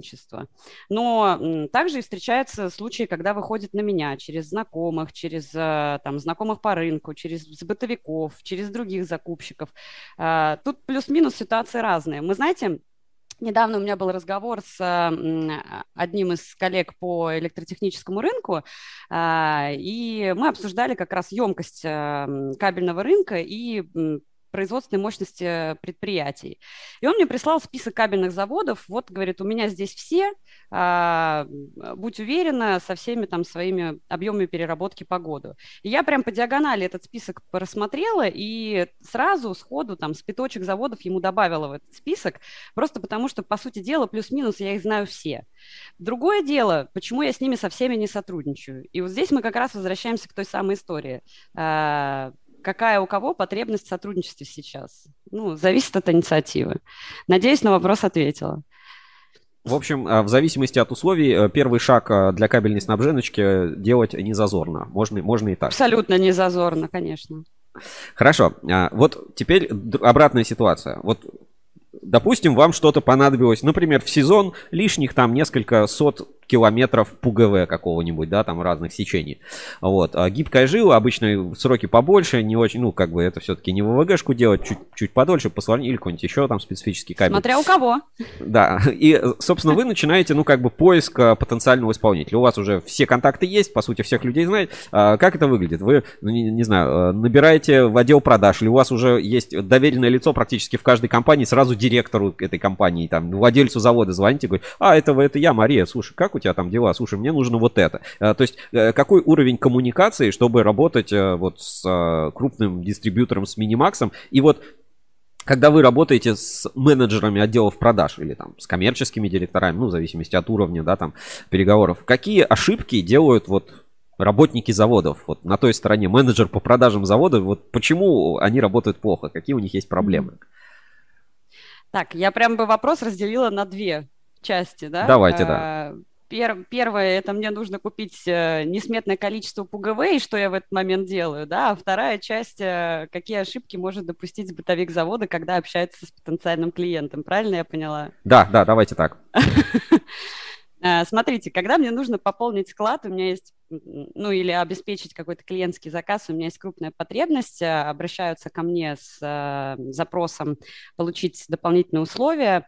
Но также и встречаются случаи, когда выходит на меня через знакомых, через там, знакомых по рынку, через бытовиков, через других закупщиков. Тут плюс-минус ситуации разные. Мы, знаете, недавно у меня был разговор с одним из коллег по электротехническому рынку, и мы обсуждали как раз емкость кабельного рынка и производственной мощности предприятий. И он мне прислал список кабельных заводов. Вот, говорит, у меня здесь все, будь уверена, со всеми там своими объемами переработки по году. И я прям по диагонали этот список просмотрела и сразу, сходу, там, с пяточек заводов ему добавила в этот список, просто потому что, по сути дела, плюс-минус я их знаю все. Другое дело, почему я с ними со всеми не сотрудничаю. И вот здесь мы как раз возвращаемся к той самой истории. Какая у кого потребность в сотрудничестве сейчас? Ну, зависит от инициативы. Надеюсь, на вопрос ответила. В общем, в зависимости от условий, первый шаг для кабельной снабженочки делать не зазорно. Можно и так. Абсолютно не зазорно, конечно. Хорошо. Вот теперь обратная ситуация. Вот, допустим, вам что-то понадобилось, например, в сезон лишних там несколько сот километров ПУГВ какого-нибудь, да, там разных сечений. Вот. А гибкая жила, обычно сроки побольше, не очень, ну, как бы это все-таки не ВВГшку делать, чуть подольше, посложнее, или какой-нибудь еще там специфический кабель. Смотря у кого. Да, и, собственно, вы начинаете, ну, как бы поиск потенциального исполнителя. У вас уже все контакты есть, по сути, всех людей знаете. Как это выглядит? Вы, не знаю, набираете в отдел продаж, или у вас уже есть доверенное лицо практически в каждой компании, сразу директору этой компании, там, владельцу завода звоните, говорите, это я, Мария, слушай, как у у тебя там дела? Слушай, мне нужно вот это. То есть какой уровень коммуникации, чтобы работать вот с крупным дистрибьютором, с Минимаксом? И вот когда вы работаете с менеджерами отделов продаж или там с коммерческими директорами, ну, в зависимости от уровня, да, там, переговоров, какие ошибки делают вот работники заводов, вот на той стороне, менеджер по продажам завода, вот почему они работают плохо, какие у них есть проблемы? Так, я прям бы вопрос разделила на две части, да? Давайте, да. Первое, это мне нужно купить несметное количество ПУГВ, и что я в этот момент делаю, да, а вторая часть, какие ошибки может допустить бытовик завода, когда общается с потенциальным клиентом, правильно я поняла? Да, давайте так. Смотрите, когда мне нужно пополнить склад, у меня есть, ну или обеспечить какой-то клиентский заказ, у меня есть крупная потребность, обращаются ко мне с запросом получить дополнительные условия.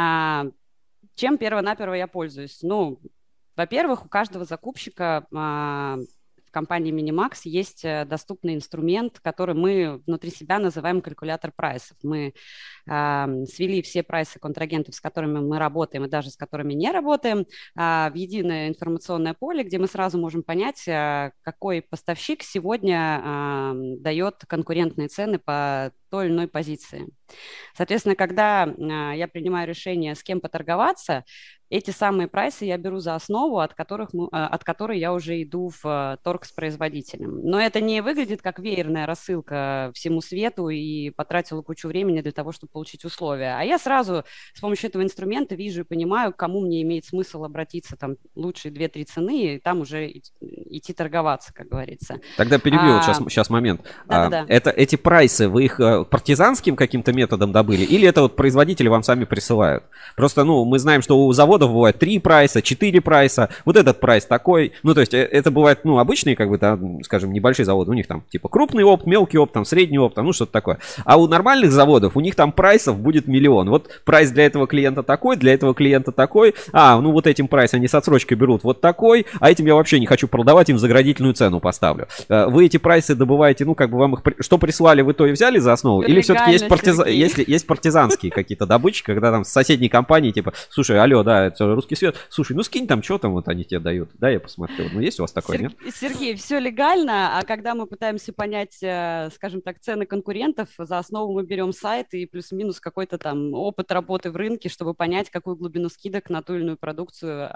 Чем перво-наперво я пользуюсь? Ну, во-первых, у каждого закупщика в компании Minimax есть доступный инструмент, который мы внутри себя называем калькулятор прайсов. Мы свели все прайсы контрагентов, с которыми мы работаем и даже с которыми не работаем, в единое информационное поле, где мы сразу можем понять, какой поставщик сегодня дает конкурентные цены по той или иной позиции. Соответственно, когда я принимаю решение, с кем поторговаться, эти самые прайсы я беру за основу, от которой я уже иду в торг с производителем. Но это не выглядит как веерная рассылка всему свету и потратила кучу времени для того, чтобы получить условия. А я сразу с помощью этого инструмента вижу и понимаю, к кому мне имеет смысл обратиться, там, лучшие 2-3 цены, и там уже идти торговаться, как говорится. Тогда перебью, сейчас момент. Да. Эти прайсы, вы их партизанским каким-то методом добыли, или это вот производители вам сами присылают? Просто, ну, мы знаем, что у заводов бывает 3 прайса, 4 прайса, вот этот прайс такой. Ну, то есть это бывает, ну, обычные, как бы, там, скажем, небольшие заводы, у них там, типа, крупный опт, мелкий опт, там, средний опт, там, ну, что-то такое. А у нормальных заводов, у них там прайсов будет миллион. Вот прайс для этого клиента такой, для этого клиента такой. Ну, вот этим прайс они с отсрочкой берут вот такой, а этим я вообще не хочу продавать, им заградительную цену поставлю. Вы эти прайсы добываете, ну, как бы вам их, что прислали, вы то и взяли за основу? Или все-таки есть партизанские какие-то добычи, когда там с соседней компании, типа, слушай, алло, да, это русский свет, слушай, ну скинь там, что там вот они тебе дают, да, я посмотрю. Ну, есть у вас такое, нет? Сергей, все легально, а когда мы пытаемся понять, скажем так, цены конкурентов, за основу мы берем сайт и плюс-минус какой-то там опыт работы в рынке, чтобы понять, какую глубину скидок на ту или иную продукцию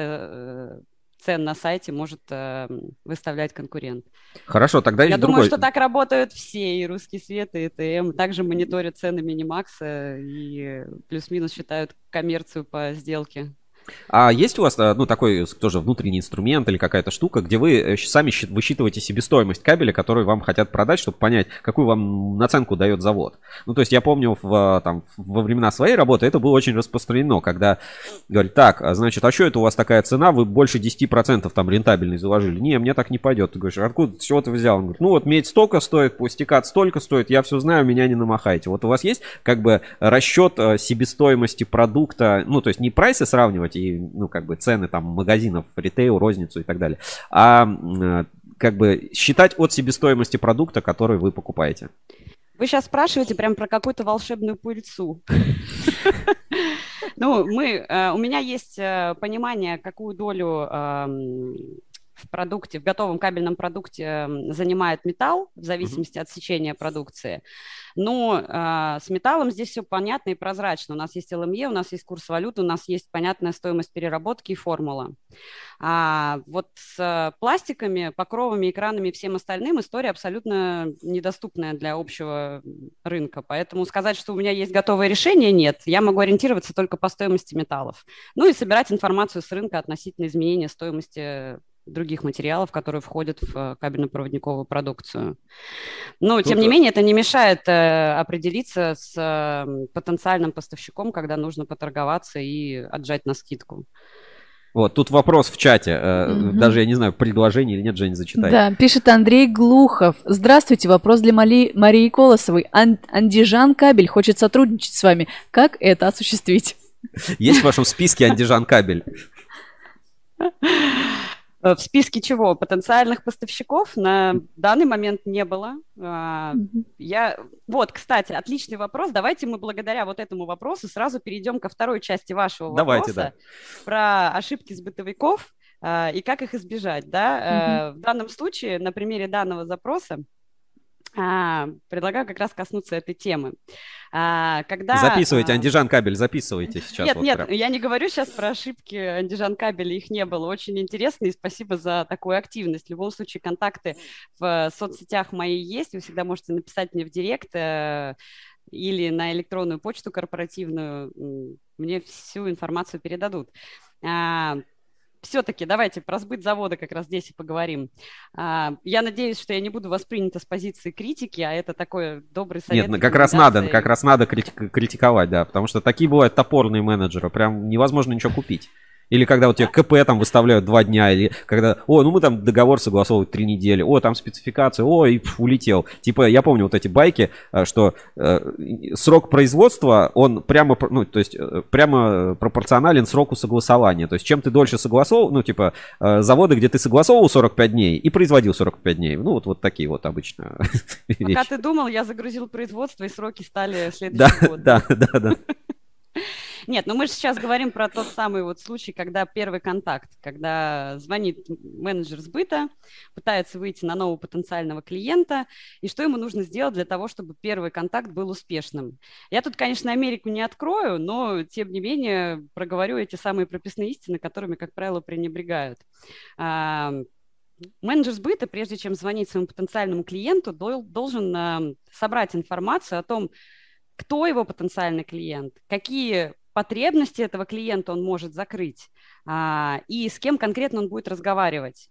цен на сайте может выставлять конкурент. Хорошо, тогда я есть думаю, другой... что так работают все, и Русский Свет, и ТМ. Также мониторят цены Минимакса и плюс-минус считают коммерцию по сделке. А есть у вас, ну, такой тоже внутренний инструмент или какая-то штука, где вы сами высчитываете себестоимость кабеля, который вам хотят продать, чтобы понять, какую вам наценку дает завод? Ну, то есть я помню, во времена своей работы это было очень распространено, когда говорят, так, значит, а что это у вас такая цена, вы больше 10% там рентабельность заложили? Не, мне так не пойдет. Ты говоришь, откуда, с чего ты взял? Он говорит, ну, вот медь столько стоит, пластикат столько стоит, я все знаю, меня не намахайте. Вот у вас есть как бы расчет себестоимости продукта, ну, то есть не прайсы сравнивать, и, ну, как бы цены там магазинов, ритейл, розницу и так далее, а как бы считать от себестоимости продукта, который вы покупаете. Вы сейчас спрашиваете прям про какую-то волшебную пыльцу. Ну, у меня есть понимание, какую долю в продукте, в готовом кабельном продукте занимает металл в зависимости от сечения продукции. Но с металлом здесь все понятно и прозрачно. У нас есть ЛМЕ, у нас есть курс валют, у нас есть понятная стоимость переработки и формула. А вот с пластиками, покровами, экранами и всем остальным история абсолютно недоступная для общего рынка. Поэтому сказать, что у меня есть готовое решение, нет. Я могу ориентироваться только по стоимости металлов. Ну и собирать информацию с рынка относительно изменения стоимости других материалов, которые входят в кабельно-проводниковую продукцию. Но, тем не менее, это не мешает определиться с потенциальным поставщиком, когда нужно поторговаться и отжать на скидку. Вот, тут вопрос в чате. Даже, я не знаю, предложение или нет, Женя, зачитай. Да, пишет Андрей Глухов. Здравствуйте, вопрос для Марии Колосовой. Андижан Кабель хочет сотрудничать с вами. Как это осуществить? Есть в вашем списке Андижан Кабель? В списке чего? Потенциальных поставщиков на данный момент не было. Вот, кстати, отличный вопрос. Давайте мы благодаря вот этому вопросу сразу перейдем ко второй части вашего вопроса про ошибки сбытовиков и как их избежать. Да? В данном случае, на примере данного запроса, предлагаю как раз коснуться этой темы. Записывайте, Андижан Кабель, записывайте сейчас. Нет, я не говорю сейчас про ошибки Андижан Кабеля, их не было. Очень интересно, и спасибо за такую активность. В любом случае, контакты в соцсетях мои есть, вы всегда можете написать мне в директ или на электронную почту корпоративную, мне всю информацию передадут. Все-таки давайте про сбыт завода как раз здесь и поговорим. Я надеюсь, что я не буду воспринята с позиции критики, а это такой добрый совет. Нет, как раз надо критиковать, да, потому что такие бывают топорные менеджеры, прям невозможно ничего купить. Или когда вот тебе КП там выставляют 2 дня, или когда, мы там договор согласовывать 3 недели, там спецификация, и улетел. Типа, я помню вот эти байки, что срок производства, он прямо пропорционален сроку согласования. То есть, чем ты дольше согласовал, заводы, где ты согласовывал 45 дней и производил 45 дней. Вот такие вот обычно вещи. Пока ты думал, я загрузил производство, и сроки стали следующий год. Да. Нет, мы же сейчас говорим про тот самый вот случай, когда первый контакт, когда звонит менеджер сбыта, пытается выйти на нового потенциального клиента, и что ему нужно сделать для того, чтобы первый контакт был успешным. Я тут, конечно, Америку не открою, но, тем не менее, проговорю эти самые прописные истины, которыми, как правило, пренебрегают. Менеджер сбыта, прежде чем звонить своему потенциальному клиенту, должен собрать информацию о том, кто его потенциальный клиент, какие потребности этого клиента он может закрыть, и с кем конкретно он будет разговаривать,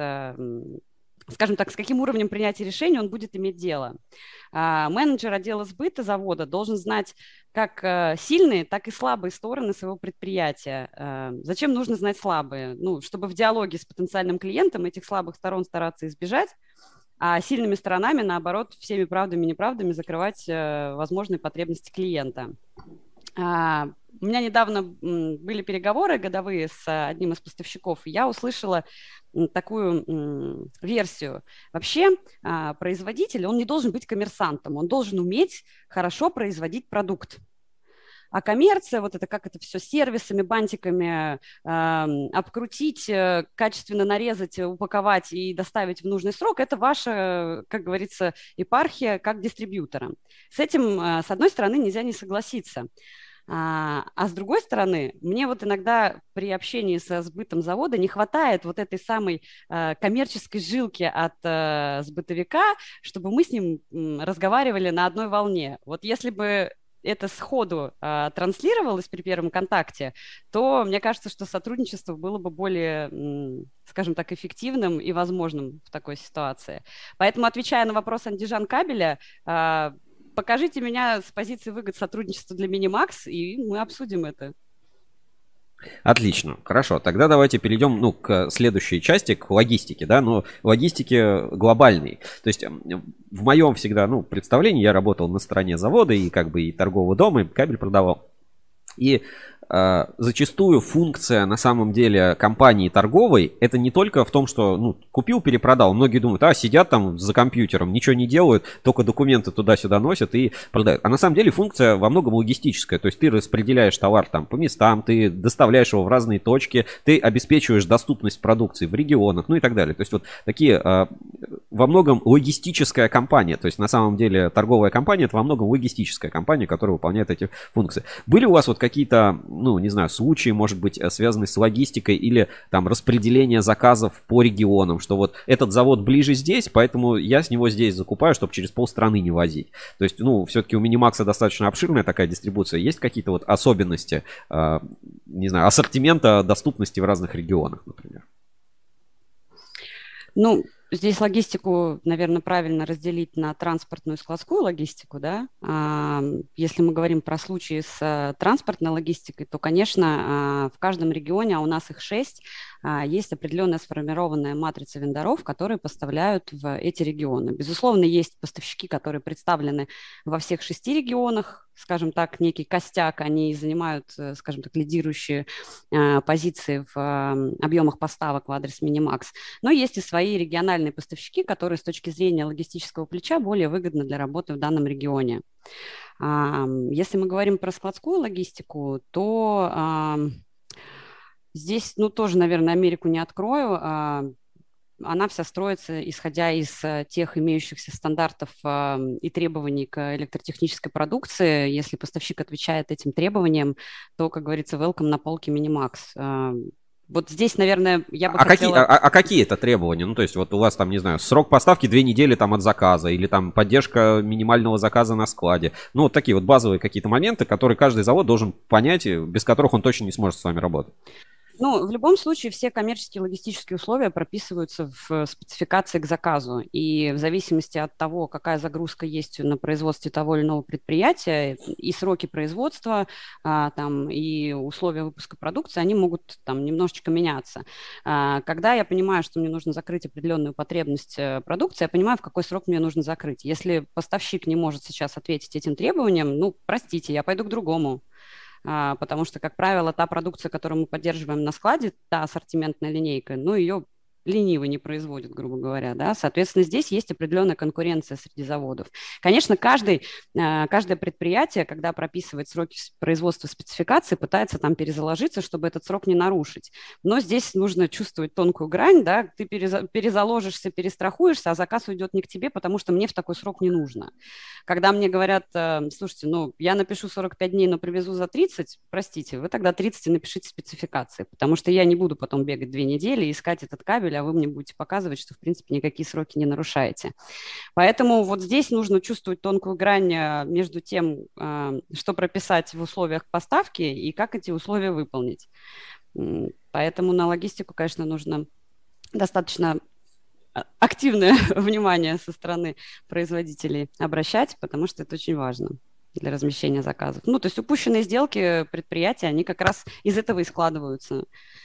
скажем так, с каким уровнем принятия решений он будет иметь дело. Менеджер отдела сбыта завода должен знать как сильные, так и слабые стороны своего предприятия. Зачем нужно знать слабые? Чтобы в диалоге с потенциальным клиентом этих слабых сторон стараться избежать, а сильными сторонами, наоборот, всеми правдами и неправдами закрывать возможные потребности клиента. У меня недавно были переговоры годовые с одним из поставщиков, и я услышала такую версию. Вообще, производитель, он не должен быть коммерсантом, он должен уметь хорошо производить продукт. А коммерция, как это все сервисами, бантиками обкрутить, качественно нарезать, упаковать и доставить в нужный срок, это ваша, как говорится, епархия как дистрибьютора. С этим, с одной стороны, нельзя не согласиться. А с другой стороны, мне иногда при общении со сбытом завода не хватает этой самой коммерческой жилки от сбытовика, чтобы мы с ним разговаривали на одной волне. Если бы это сходу транслировалось при первом контакте, то мне кажется, что сотрудничество было бы более, скажем так, эффективным и возможным в такой ситуации. Поэтому, отвечая на вопрос Андижан Кабеля, покажите меня с позиции выгод сотрудничества для Минимакс, и мы обсудим это. Отлично, хорошо. Тогда давайте перейдем к следующей части, к логистике, да, но логистике глобальной. То есть в моем всегда представлении я работал на стороне завода и и торгового дома, и кабель продавал. И зачастую функция на самом деле компании торговой это не только в том, что купил, перепродал. Многие думают, сидят там за компьютером, ничего не делают, только документы туда-сюда носят и продают. А на самом деле функция во многом логистическая. То есть ты распределяешь товар там по местам, ты доставляешь его в разные точки, ты обеспечиваешь доступность продукции в регионах, и так далее. То есть такие во многом логистическая компания. То есть на самом деле торговая компания это во многом логистическая компания, которая выполняет эти функции. Были у вас какие-то не знаю, случаи, может быть, связанные с логистикой или там распределение заказов по регионам, что этот завод ближе здесь, поэтому я с него здесь закупаю, чтобы через полстраны не возить. То есть, все-таки у Минимакса достаточно обширная такая дистрибуция. Есть какие-то особенности, не знаю, ассортимента доступности в разных регионах, например? Здесь логистику, наверное, правильно разделить на транспортную и складскую логистику, да. Если мы говорим про случаи с транспортной логистикой, то, конечно, в каждом регионе, а у нас их 6, есть определенная сформированная матрица вендоров, которые поставляют в эти регионы. Безусловно, есть поставщики, которые представлены во всех 6 регионах, скажем так, некий костяк, они занимают, скажем так, лидирующие позиции в объемах поставок в адрес Minimax. Но есть и свои региональные поставщики, которые с точки зрения логистического плеча более выгодны для работы в данном регионе. Если мы говорим про складскую логистику, то здесь, тоже, наверное, Америку не открою. Она вся строится, исходя из тех имеющихся стандартов и требований к электротехнической продукции. Если поставщик отвечает этим требованиям, то, как говорится, welcome на полке Minimax. Вот здесь, наверное, я бы хотела... Какие это требования? Ну, то есть, вот у вас там, не знаю, срок поставки 2 недели там от заказа, или там поддержка минимального заказа на складе. Ну, вот такие вот базовые какие-то моменты, которые каждый завод должен понять, без которых он точно не сможет с вами работать. В любом случае все коммерческие логистические условия прописываются в спецификации к заказу. И в зависимости от того, какая загрузка есть на производстве того или иного предприятия, и сроки производства, и условия выпуска продукции, они могут немножечко меняться. Когда я понимаю, что мне нужно закрыть определенную потребность продукции, я понимаю, в какой срок мне нужно закрыть. Если поставщик не может сейчас ответить этим требованиям, простите, я пойду к другому. Потому что, как правило, та продукция, которую мы поддерживаем на складе, та ассортиментная линейка, ее ленивый не производит, грубо говоря, да, соответственно, здесь есть определенная конкуренция среди заводов. Конечно, каждое предприятие, когда прописывает сроки производства спецификации, пытается там перезаложиться, чтобы этот срок не нарушить, но здесь нужно чувствовать тонкую грань, да, ты перезаложишься, перестрахуешься, а заказ уйдет не к тебе, потому что мне в такой срок не нужно. Когда мне говорят, слушайте, я напишу 45 дней, но привезу за 30, простите, вы тогда 30 и напишите спецификации, потому что я не буду потом бегать 2 недели и искать этот кабель, а вы мне будете показывать, что, в принципе, никакие сроки не нарушаете. Поэтому вот здесь нужно чувствовать тонкую грань между тем, что прописать в условиях поставки и как эти условия выполнить. Поэтому на логистику, конечно, нужно достаточно активное внимание со стороны производителей обращать, потому что это очень важно для размещения заказов. То есть упущенные сделки предприятия, они как раз из этого и складываются.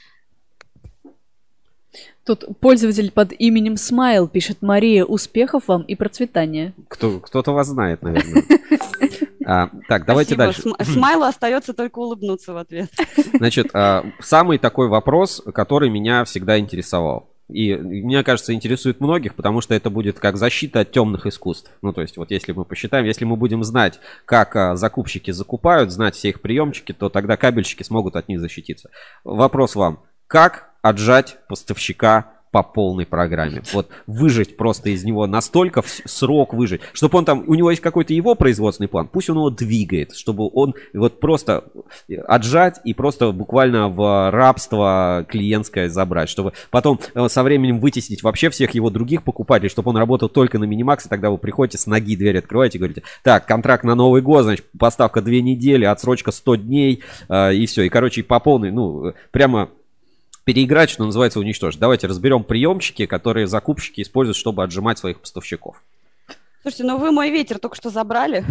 Тут пользователь под именем Смайл пишет: Мария, успехов вам и процветания. Кто-то вас знает, наверное. Так, давайте дальше. Смайлу остается только улыбнуться в ответ. Значит, самый такой вопрос, который меня всегда интересовал. И, мне кажется, интересует многих, потому что это будет как защита от темных искусств. То есть, вот если мы посчитаем, если мы будем знать, как закупщики закупают, знать все их приемчики, то тогда кабельщики смогут от них защититься. Вопрос вам. Как отжать поставщика по полной программе? Вот выжать просто из него настолько срок выжать, чтобы он у него есть какой-то его производственный план, пусть он его двигает, чтобы он вот просто отжать и просто буквально в рабство клиентское забрать, чтобы потом со временем вытеснить вообще всех его других покупателей, чтобы он работал только на Minimax, и тогда вы приходите с ноги, дверь открываете и говорите: так, контракт на Новый год, значит, поставка 2 недели, отсрочка 100 дней, и все. И, короче, по полной, прямо переиграть, что называется, уничтожить. Давайте разберем приемчики, которые закупщики используют, чтобы отжимать своих поставщиков. Слушайте, вы мой ветер только что забрали.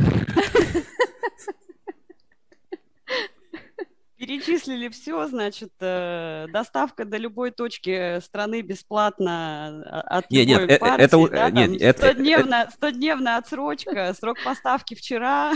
Перечислили все, значит, доставка до любой точки страны бесплатно от любой партии. 100-дневная отсрочка, срок поставки вчера.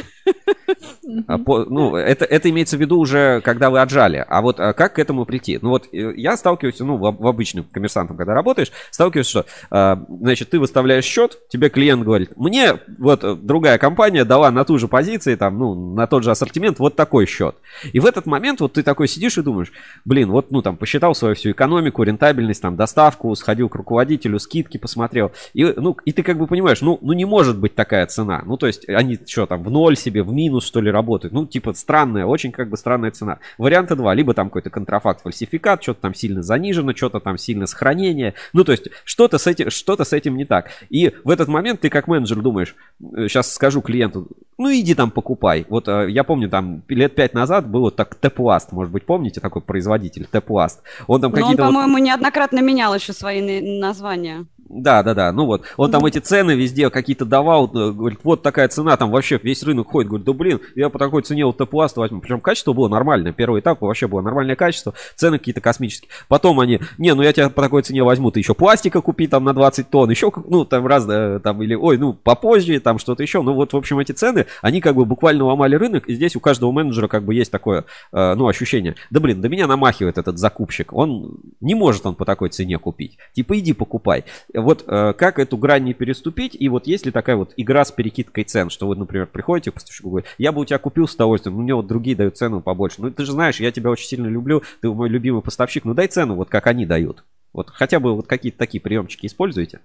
Это имеется в виду уже, когда вы отжали. А вот как к этому прийти? Я сталкиваюсь, в обычным коммерсантом, когда работаешь, сталкиваюсь, что, значит, ты выставляешь счет, тебе клиент говорит: мне вот другая компания дала на ту же позицию, на тот же ассортимент вот такой счет. И в этот момент вот ты такой сидишь и думаешь: посчитал свою всю экономику, рентабельность, доставку, сходил к руководителю, скидки посмотрел. И ты как бы понимаешь, не может быть такая цена. То есть они что в ноль себе, в минус, что ли, работают. Странная, очень как бы странная цена. Варианта 2. Либо там какой-то контрафакт, фальсификат, что-то там сильно занижено, что-то там сильно сохранение. То есть что-то с этим не так. И в этот момент ты как менеджер думаешь: сейчас скажу клиенту: иди покупай. Вот я помню, лет 5 назад был вот так Тепласт, может быть, помните, такой производитель Тепласт. Он, по-моему, неоднократно менял еще свои названия. Да. Ну вот, он там эти цены везде какие-то давал, говорит, вот такая цена, там вообще весь рынок ходит, говорит, да блин, я по такой цене вот Т-пласт возьму. Причем качество было нормальное, первый этап вообще было нормальное качество, цены какие-то космические. Потом они, ну я тебя по такой цене возьму, ты еще пластика купи там на 20 тонн, еще, ну там разное, там или, попозже, там что-то еще. Ну вот, в общем, эти цены, они как бы буквально ломали рынок, и здесь у каждого менеджера как бы есть такое, ощущение, да блин, до меня намахивает этот закупщик, он не может он по такой цене купить, типа иди покупай. Вот как эту грань не переступить, и вот есть ли такая вот игра с перекидкой цен, что вы, например, приходите к поставщику, говорите, я бы у тебя купил с удовольствием, но мне вот другие дают цену побольше. Ну ты же знаешь, я тебя очень сильно люблю, ты мой любимый поставщик, ну дай цену вот как они дают. Вот хотя бы вот какие-то такие приемчики используете.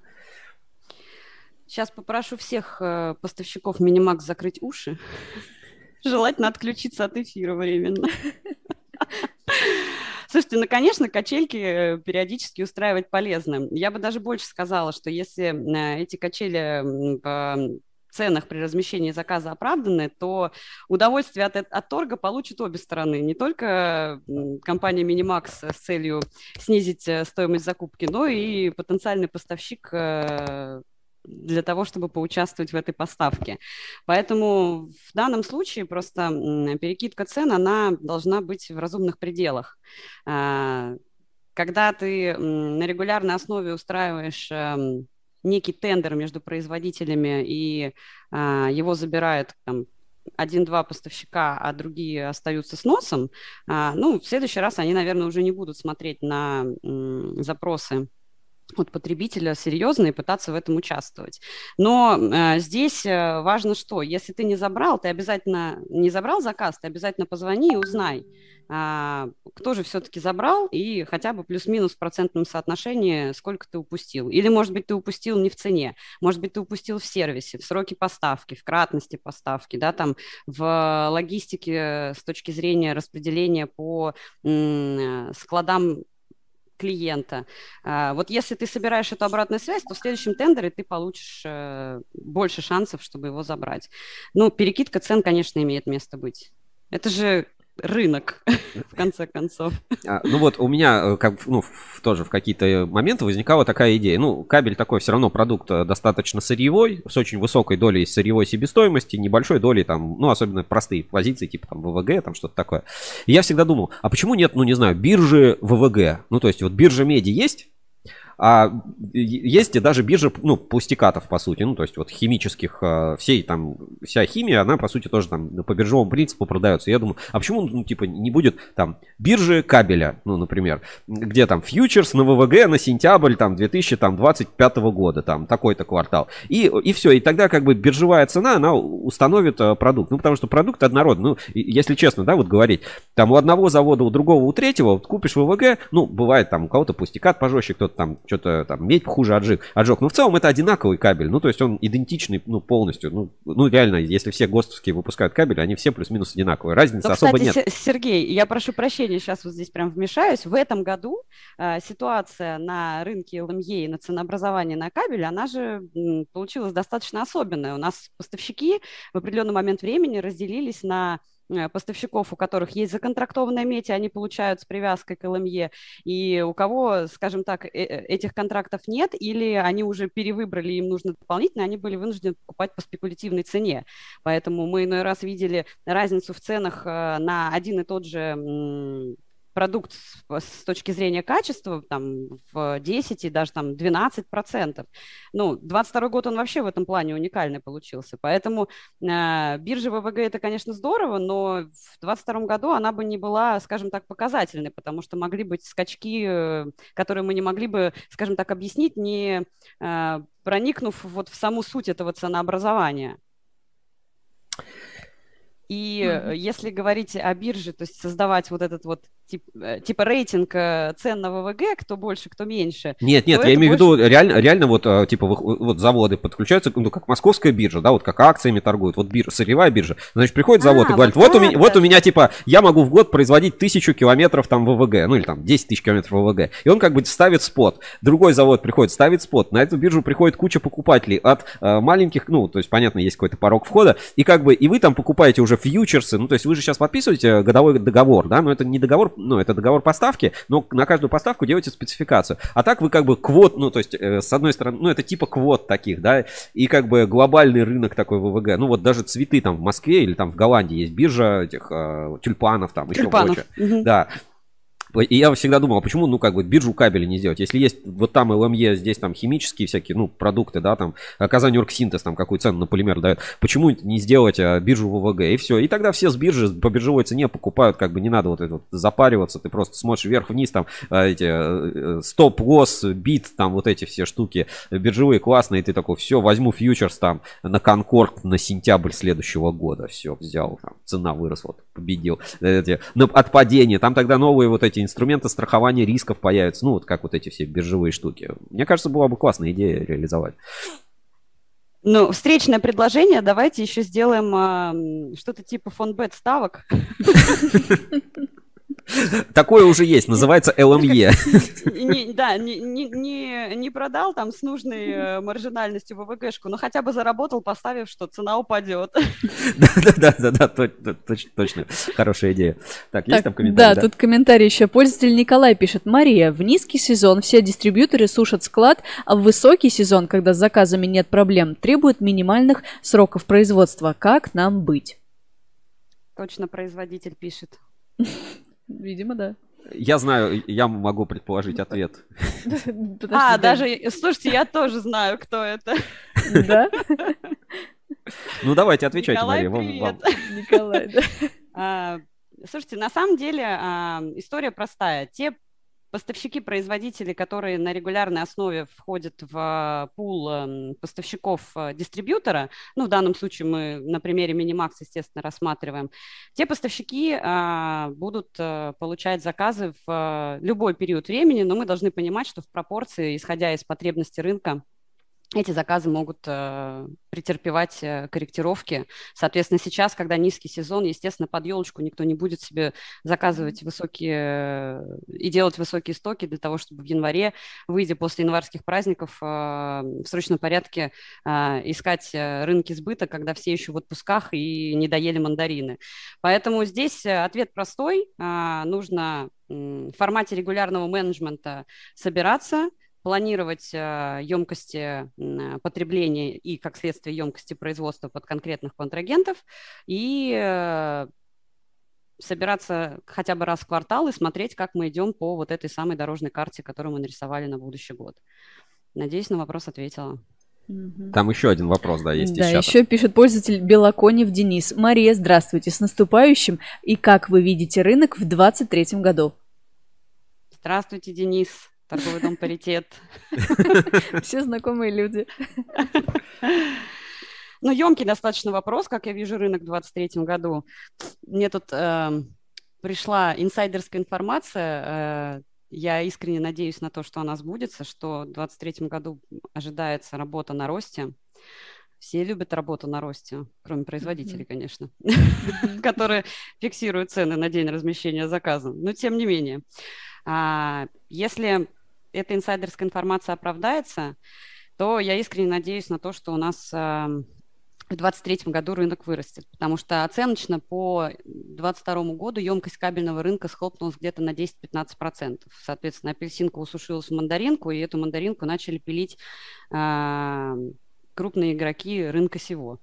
Сейчас попрошу всех поставщиков Минимакс закрыть уши. Желательно отключиться от эфира временно. Слушайте, ну, конечно, качельки периодически устраивать полезно. Я бы даже больше сказала, что если эти качели в ценах при размещении заказа оправданы, то удовольствие от торга получат обе стороны. Не только компания Минимакс с целью снизить стоимость закупки, но и потенциальный поставщик для того, чтобы поучаствовать в этой поставке. Поэтому в данном случае просто перекидка цен, она должна быть в разумных пределах. Когда ты на регулярной основе устраиваешь некий тендер между производителями, и его забирают там 1-2 поставщика, а другие остаются с носом, в следующий раз они, наверное, уже не будут смотреть на запросы от потребителя серьезно и пытаться в этом участвовать. Но здесь важно что? Если ты не забрал заказ, ты обязательно позвони и узнай, кто же все-таки забрал, и хотя бы плюс-минус в процентном соотношении, сколько ты упустил. Или, может быть, ты упустил не в цене, может быть, ты упустил в сервисе, в сроке поставки, в кратности поставки, да, там, в логистике с точки зрения распределения по складам клиента. Вот если ты собираешь эту обратную связь, то в следующем тендере ты получишь больше шансов, чтобы его забрать. Ну, перекидка цен, конечно, имеет место быть. Это же рынок, в конце концов. Ну вот у меня тоже в какие-то моменты возникала такая идея. Ну, кабель такой все равно продукт достаточно сырьевой, с очень высокой долей сырьевой себестоимости, небольшой долей там, особенно простые позиции, типа там ВВГ, там что-то такое. И я всегда думал, а почему нет, биржи ВВГ? Ну, то есть вот биржа меди есть, а есть и даже биржа, пластикатов, по сути, то есть вот химических, вся химия, она, по сути, тоже там по биржевому принципу продается. Я думаю, а почему, не будет там биржи кабеля, например, где там фьючерс на ВВГ на сентябрь, 2025 года, такой-то квартал. И все, и тогда как бы биржевая цена, она установит продукт. Потому что продукт однородный. Если честно, да, вот говорить, там у одного завода, у другого, у третьего, вот купишь ВВГ, бывает там у кого-то пластикат пожестче, кто-то там что-то там медь хуже отжег. Но в целом это одинаковый кабель. То есть он идентичный, полностью. Реально, если все ГОСТовские выпускают кабель, они все плюс-минус одинаковые. Разницы особо кстати, нет. Сергей, я прошу прощения, сейчас вот здесь прям вмешаюсь. В этом году ситуация на рынке ЛМЕ и на ценообразовании на кабель, она же получилась достаточно особенная. У нас поставщики в определенный момент времени разделились на поставщиков, у которых есть законтрактованная медь, и они получают с привязкой к ЛМЕ, и у кого, скажем так, этих контрактов нет, или они уже перевыбрали, им нужно дополнительно, они были вынуждены покупать по спекулятивной цене. Поэтому мы иной раз видели разницу в ценах на один и тот же продукт с точки зрения качества там, в 10 и даже там 12%. 22 год он вообще в этом плане уникальный получился. Поэтому биржа ВВГ это, конечно, здорово, но в 22 году она бы не была, скажем так, показательной, потому что могли быть скачки, которые мы не могли бы, скажем так, объяснить, не проникнув вот в саму суть этого ценообразования. И если говорить о бирже, то есть создавать вот этот вот типа рейтинг цен на ВВГ, кто больше, кто меньше. Нет, я имею в виду реально вот заводы подключаются, как московская биржа, да, вот как акциями торгуют, вот сырьевая биржа. Значит, приходит завод и говорит, вот у меня я могу в год производить 1000 километров там ВВГ, или там 10 тысяч километров ВВГ. И он как бы ставит спот. Другой завод приходит, ставит спот. На эту биржу приходит куча покупателей от маленьких, то есть, понятно, есть какой-то порог входа, и как бы, и вы там покупаете уже фьючерсы, ну, то есть вы же сейчас подписываете годовой договор, да, но это не договор, ну, это договор поставки, но на каждую поставку делаете спецификацию. А так вы как бы квот, ну, то есть с одной стороны, ну, это типа квот таких, да, и как бы глобальный рынок такой ВВГ. Ну, вот даже цветы там в Москве или там в Голландии есть биржа этих тюльпанов, там еще прочее. Да. И я всегда думал, а почему, ну, как бы, биржу кабеля не сделать? Если есть вот там ЛМЕ, здесь там химические всякие, ну, продукты, да, там, Казань Оргсинтез, там, какую цену на полимер дает, почему не сделать биржу ВВГ? И все. И тогда все с биржи по биржевой цене покупают, как бы, не надо вот это вот запариваться, ты просто смотришь вверх-вниз, там, эти стоп-лосс, бит, там, вот эти все штуки биржевые классные, и ты такой, все, возьму фьючерс там на Конкорд на сентябрь следующего года, все, взял, там, цена выросла, победил. От падения, там тогда новые вот эти инструменты страхования рисков появятся, ну, вот как вот эти все биржевые штуки. Мне кажется, была бы классная идея реализовать. Ну, встречное предложение, давайте еще сделаем что-то типа фонбет ставок. Такое уже есть, называется ЛМЕ. Да, не продал там с нужной маржинальностью ВВГшку, но хотя бы заработал, поставив, что цена упадет. Да, точно. Хорошая идея. Так, есть там комментарий? Да, тут комментарий еще. Пользователь Николай пишет. Мария, в низкий сезон все дистрибьюторы сушат склад, а в высокий сезон, когда с заказами нет проблем, требуют минимальных сроков производства. Как нам быть? Точно производитель пишет. Видимо, да. Я знаю, я могу предположить ответ. Слушайте, я тоже знаю, кто это. Да? Ну, давайте, отвечайте, Николай, Мария. привет. Николай, да. Слушайте, на самом деле история простая. Те поставщики-производители, которые на регулярной основе входят в пул поставщиков дистрибьютора, ну, в данном случае мы на примере Минимакс, естественно, рассматриваем, те поставщики будут получать заказы в любой период времени, но мы должны понимать, что в пропорции, исходя из потребностей рынка, эти заказы могут претерпевать корректировки. Соответственно, сейчас, когда низкий сезон, естественно, под елочку никто не будет себе заказывать высокие и делать высокие стоки для того, чтобы в январе, выйдя после январских праздников, в срочном порядке искать рынки сбыта, когда все еще в отпусках и не доели мандарины. Поэтому здесь ответ простой. Нужно в формате регулярного менеджмента собираться, планировать емкости потребления и, как следствие, емкости производства под конкретных контрагентов и собираться хотя бы раз в квартал и смотреть, как мы идем по вот этой самой дорожной карте, которую мы нарисовали на будущий год. Надеюсь, на вопрос ответила. Там еще один вопрос, да, есть из чата. Да, еще пишет пользователь Белоконев Денис. Мария, здравствуйте, с наступающим. И как вы видите рынок в 2023 году? Здравствуйте, Денис. Торговый дом «Паритет». Все знакомые люди. Ну, емкий достаточно вопрос, как я вижу рынок в 2023 году. Мне тут пришла инсайдерская информация. Я искренне надеюсь на то, что она сбудется, что в 2023 году ожидается работа на росте. Все любят работу на росте, кроме производителей, конечно, которые фиксируют цены на день размещения заказа. Но тем не менее, если эта инсайдерская информация оправдается, то я искренне надеюсь на то, что у нас в 2023 году рынок вырастет, потому что оценочно по 2022 году емкость кабельного рынка схлопнулась где-то на 10-15%. Соответственно, апельсинка усушилась в мандаринку, и эту мандаринку начали пилить крупные игроки рынка сего.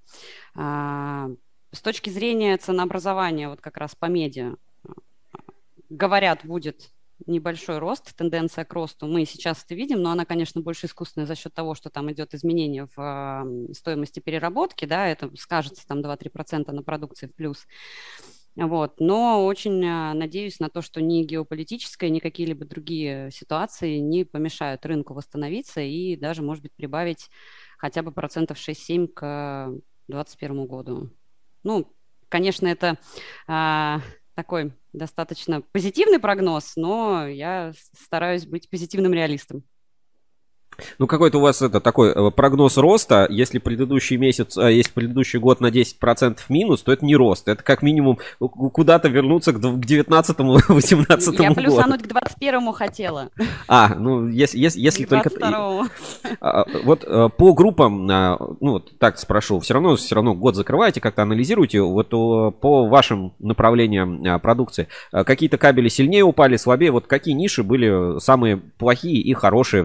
С точки зрения ценообразования, вот как раз по медиа, говорят, будет небольшой рост, тенденция к росту. Мы сейчас это видим, но она, конечно, больше искусственная за счет того, что там идет изменение в стоимости переработки, да, это скажется там 2-3% на продукции в плюс. Вот. Но очень надеюсь на то, что ни геополитическая, ни какие-либо другие ситуации не помешают рынку восстановиться и даже, может быть, прибавить хотя бы 6-7% к 2021 году. Ну, конечно, это такой достаточно позитивный прогноз, но я стараюсь быть позитивным реалистом. Ну, какой-то у вас это такой прогноз роста. Если предыдущий месяц, если предыдущий год на 10% минус, то это не рост. Это как минимум куда-то вернуться к 19-му, 18-му Я году. плюсануть к 21-му хотела. Ну, если только... 22-му. Вот по группам, ну, вот так спрошу, все равно год закрываете, как-то анализируете. Вот по вашим направлениям продукции, какие-то кабели сильнее упали, слабее? Вот какие ниши были самые плохие и хорошие в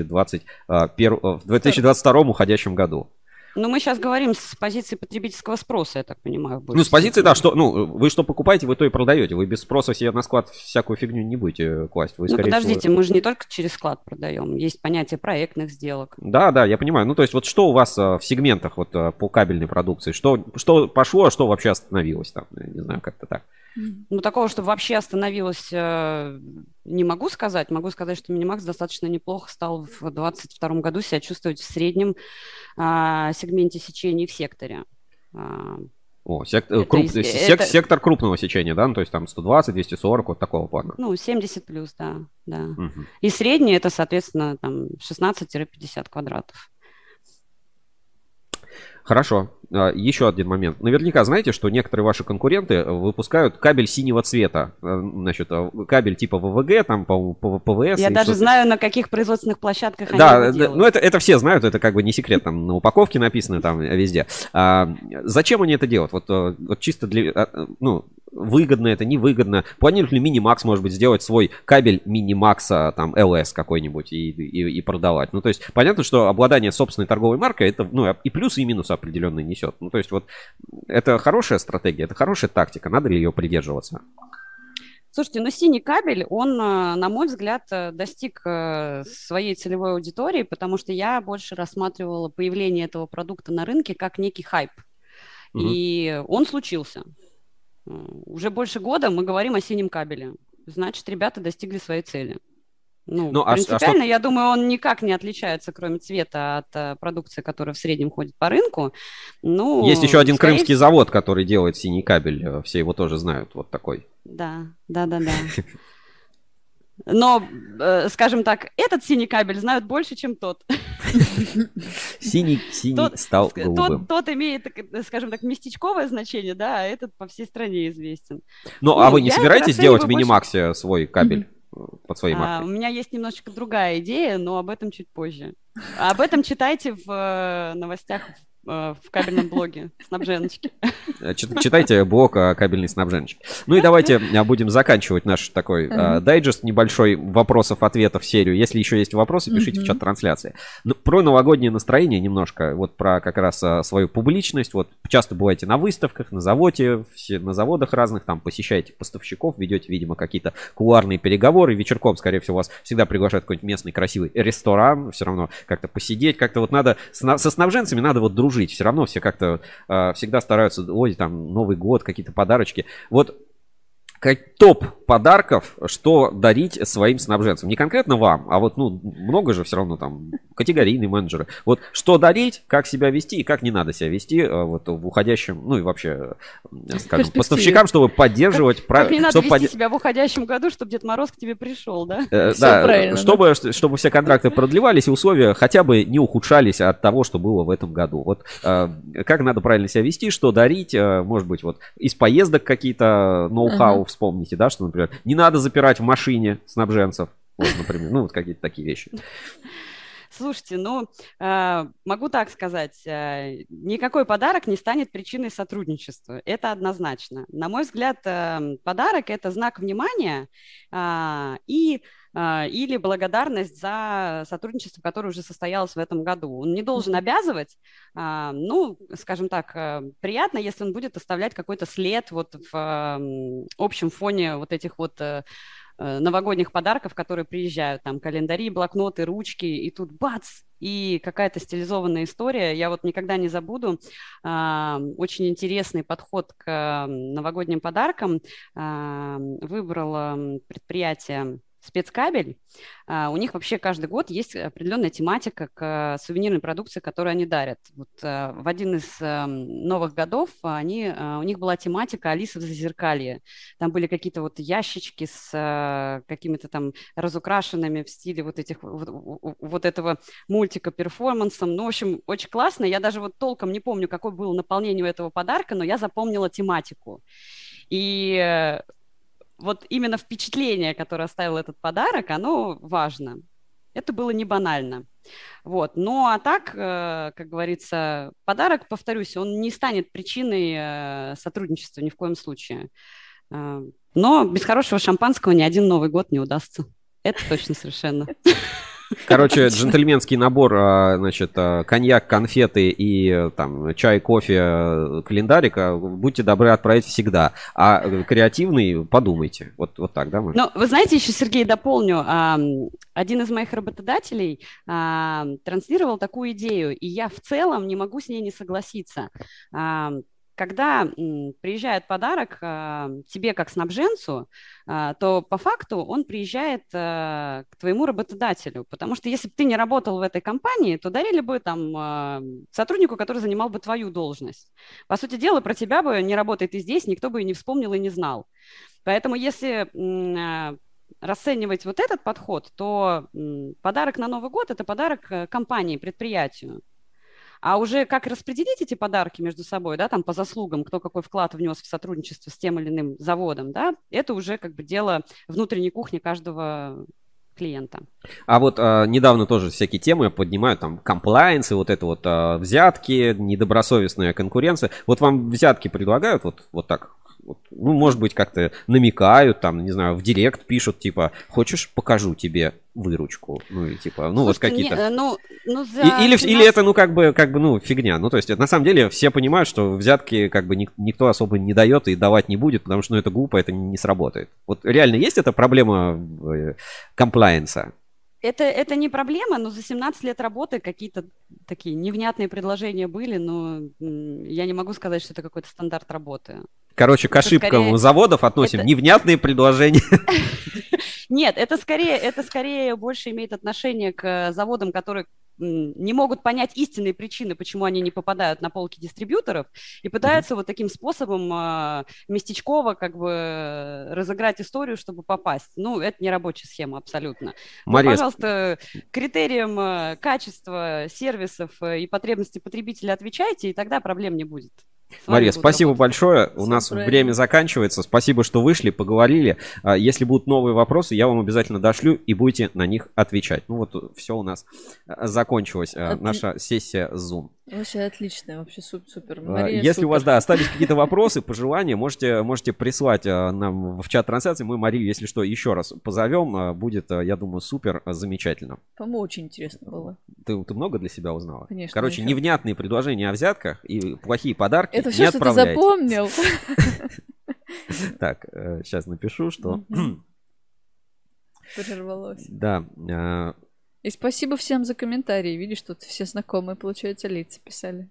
2022 уходящем году? Ну, мы сейчас говорим с позиции потребительского спроса, я так понимаю. Ну, с позиции, да, что, ну, вы что покупаете, вы то и продаете. Вы без спроса себе на склад всякую фигню не будете класть. Вы, ну, подождите, мы же не только через склад продаем. Есть понятие проектных сделок. Да, я понимаю. Ну, то есть, вот что у вас в сегментах вот по кабельной продукции? Что пошло, а что вообще остановилось там? Я не знаю, как-то так. Ну, такого, чтобы вообще остановилось, не могу сказать. Могу сказать, что Минимакс достаточно неплохо стал в 2022 году себя чувствовать в среднем сегменте сечений в секторе. Сектор крупного сечения, да? Ну, то есть там 120, 240, вот такого плана. Ну, 70 плюс, да. Угу. И средний это, соответственно, там 16-50 квадратов. Хорошо. Еще один момент. Наверняка знаете, что некоторые ваши конкуренты выпускают кабель синего цвета. Значит, кабель типа ВВГ, там, по ПВС. Я даже знаю, на каких производственных площадках они это делают. Да, ну это все знают, это как бы не секрет, там на упаковке написано, там везде. Зачем они это делают? Вот чисто для, ну, выгодно это, невыгодно. Планирует ли Минимакс, может быть, сделать свой кабель Минимакса, там, LS какой-нибудь и продавать? Ну, то есть, понятно, что обладание собственной торговой маркой, это, ну, и плюсы, и минусы определенные несет. Ну, то есть, вот, это хорошая стратегия, это хорошая тактика, надо ли ее придерживаться? Слушайте, ну синий кабель, он, на мой взгляд, достиг своей целевой аудитории, потому что я больше рассматривала появление этого продукта на рынке как некий хайп. И он случился. Уже больше года мы говорим о синем кабеле. Значит, ребята достигли своей цели. Ну, принципиально, я думаю, он никак не отличается, кроме цвета, от продукции, которая в среднем ходит по рынку. Ну, есть еще один крымский завод, который делает синий кабель. Все его тоже знают, вот такой. Да. Но, скажем так, этот синий кабель знают больше, чем тот. Синий стал голубым. Тот имеет, скажем так, местечковое значение, да, а этот по всей стране известен. Ну, а вы не собираетесь делать в Минимаксе свой кабель под своей маркой? У меня есть немножечко другая идея, но об этом чуть позже. Об этом читайте в новостях в кабельном блоге Снабженочки. Читайте блог кабельной Снабженочки. Ну и давайте будем заканчивать наш такой дайджест небольшой вопросов-ответов серию. Если еще есть вопросы, пишите в чат трансляции. Про новогоднее настроение немножко, вот про как раз свою публичность. Вот часто бываете на выставках, на заводе, на заводах разных, там посещаете поставщиков, ведете, видимо, какие-то кулуарные переговоры. Вечерком, скорее всего, вас всегда приглашают в какой-нибудь местный красивый ресторан. Все равно как-то посидеть, как-то вот надо, со снабженцами надо вот дружить. Все равно все как-то всегда стараются, ой, там, Новый год, какие-то подарочки. Вот топ подарков, что дарить своим снабженцам. Не конкретно вам, а вот, ну, много же все равно там категорийные менеджеры. Вот что дарить, как себя вести и как не надо себя вести вот в уходящем, ну и вообще, скажем, поставщикам, чтобы поддерживать... Как не надо вести себя в уходящем году, чтобы Дед Мороз к тебе пришел, да? Да, чтобы все контракты продлевались и условия хотя бы не ухудшались от того, что было в этом году. Вот как надо правильно себя вести, что дарить, может быть, вот из поездок какие-то ноу-хау вспомните, да, что, например, не надо запирать в машине снабженцев, вот, например, ну, вот какие-то такие вещи. Слушайте, ну, могу так сказать, никакой подарок не станет причиной сотрудничества, это однозначно. На мой взгляд, подарок – это знак внимания или благодарность за сотрудничество, которое уже состоялось в этом году. Он не должен обязывать, ну, скажем так, приятно, если он будет оставлять какой-то след вот в общем фоне вот этих вот новогодних подарков, которые приезжают, там календари, блокноты, ручки, и тут бац, и какая-то стилизованная история. Я вот никогда не забуду очень интересный подход к новогодним подаркам. Выбрала предприятие спецкабель. У них вообще каждый год есть определенная тематика к сувенирной продукции, которую они дарят. Вот в один из новых годов у них была тематика «Алиса в Зазеркалье». Там были какие-то вот ящички с какими-то там разукрашенными в стиле вот этих вот этого мультика перформансом. Ну, в общем, очень классно. Я даже вот толком не помню, какое было наполнение у этого подарка, но я запомнила тематику. И вот именно впечатление, которое оставил этот подарок, оно важно. Это было не банально. Вот. Ну, а так, как говорится, подарок, повторюсь, он не станет причиной сотрудничества ни в коем случае. Но без хорошего шампанского ни один Новый год не удастся. Это точно совершенно. Короче, джентльменский набор, значит, коньяк, конфеты и там чай, кофе, календарик, будьте добры отправить всегда. А креативный подумайте. Вот так, да? Ну, вы знаете, еще, Сергей, дополню. Один из моих работодателей транслировал такую идею, и я в целом не могу с ней не согласиться. Когда приезжает подарок тебе как снабженцу, то по факту он приезжает к твоему работодателю, потому что если бы ты не работал в этой компании, то дарили бы там сотруднику, который занимал бы твою должность. По сути дела, про тебя бы, не работает и здесь, никто бы и не вспомнил, и не знал. Поэтому если расценивать вот этот подход, то подарок на Новый год – это подарок компании, предприятию. А уже как распределить эти подарки между собой, да, там по заслугам, кто какой вклад внес в сотрудничество с тем или иным заводом, да, это уже как бы дело внутренней кухни каждого клиента. А вот недавно тоже всякие темы поднимают, там, комплайенс и вот это вот взятки, недобросовестная конкуренция. Вот вам взятки предлагают вот так? Вот, ну, может быть, как-то намекают, там, не знаю, в директ пишут, типа, хочешь, покажу тебе выручку, ну, и типа, ну, слушайте, вот какие-то... Или это, ну, как бы, ну, фигня. Ну, то есть, на самом деле, все понимают, что взятки, как бы, никто особо не дает и давать не будет, потому что, ну, это глупо, это не сработает. Вот реально есть эта проблема комплайенса? Это не проблема, но за 17 лет работы какие-то такие невнятные предложения были, но я не могу сказать, что это какой-то стандарт работы. Короче, к ошибкам заводов относим невнятные предложения. Нет, это скорее больше имеет отношение к заводам, которые не могут понять истинные причины, почему они не попадают на полки дистрибьюторов, и пытаются вот таким способом местечково как бы разыграть историю, чтобы попасть. Ну, это не рабочая схема абсолютно. Мария... Но, пожалуйста, критериям качества сервисов и потребностей потребителя отвечайте, и тогда проблем не будет. Мария, спасибо большое. У нас время заканчивается. Спасибо, что вышли, поговорили. Если будут новые вопросы, я вам обязательно дошлю и будете на них отвечать. Ну вот все у нас закончилась наша сессия Zoom. Вообще отлично, вообще супер. Мария, если супер. У вас, да, остались какие-то вопросы, пожелания, можете прислать нам в чат трансляции. Мы Марию, если что, еще раз позовем. Будет, я думаю, супер замечательно. По-моему, очень интересно было. Ты много для себя узнала? Конечно. Короче, невнятные предложения о взятках и плохие подарки это не все, что ты запомнил. Так, сейчас напишу, что... Прервалось. Да. И спасибо всем за комментарии. Видишь, тут все знакомые, получается, лица писали.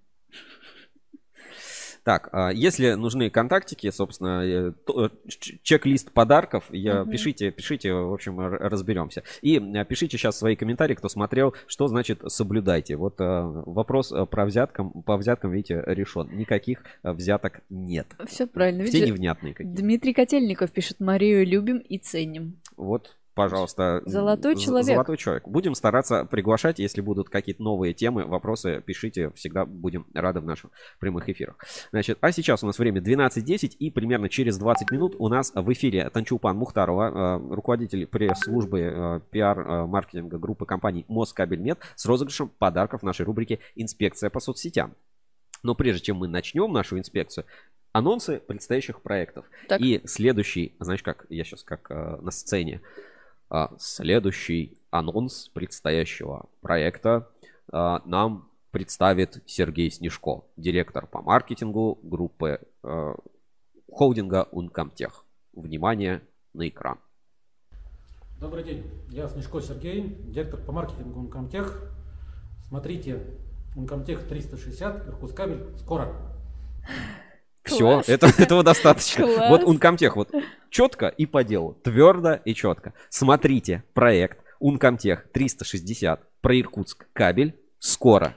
Так, если нужны контактики, собственно, чек-лист подарков, пишите, в общем, разберемся. И пишите сейчас свои комментарии, кто смотрел, что значит соблюдайте. Вот вопрос по взяткам, видите, решен. Никаких взяток нет. Все правильно. Все невнятные какие-то. Дмитрий Котельников пишет: Марию любим и ценим. Вот. Пожалуйста, золотой человек. Будем стараться приглашать, если будут какие-то новые темы, вопросы, пишите, всегда будем рады в наших прямых эфирах. Значит, а сейчас у нас время 12:10, и примерно через 20 минут у нас в эфире Танчулпан Мухтарова, руководитель пресс-службы пиар-маркетинга группы компаний Москабельмет, с розыгрышем подарков в нашей рубрике «Инспекция по соцсетям». Но прежде чем мы начнем нашу инспекцию, анонсы предстоящих проектов. Так. И следующий, знаешь как, я сейчас как на сцене, следующий анонс предстоящего проекта нам представит Сергей Снежко, директор по маркетингу группы холдинга Uncomtech. Внимание на экран. Добрый день, я Снежко Сергей, директор по маркетингу Uncomtech. Смотрите, Uncomtech 360, Иркутскабель, скоро. Все, этого достаточно. Класс. Вот Uncomtech, вот четко и по делу, твердо и четко. Смотрите проект Uncomtech 360 про Иркутск кабель скоро.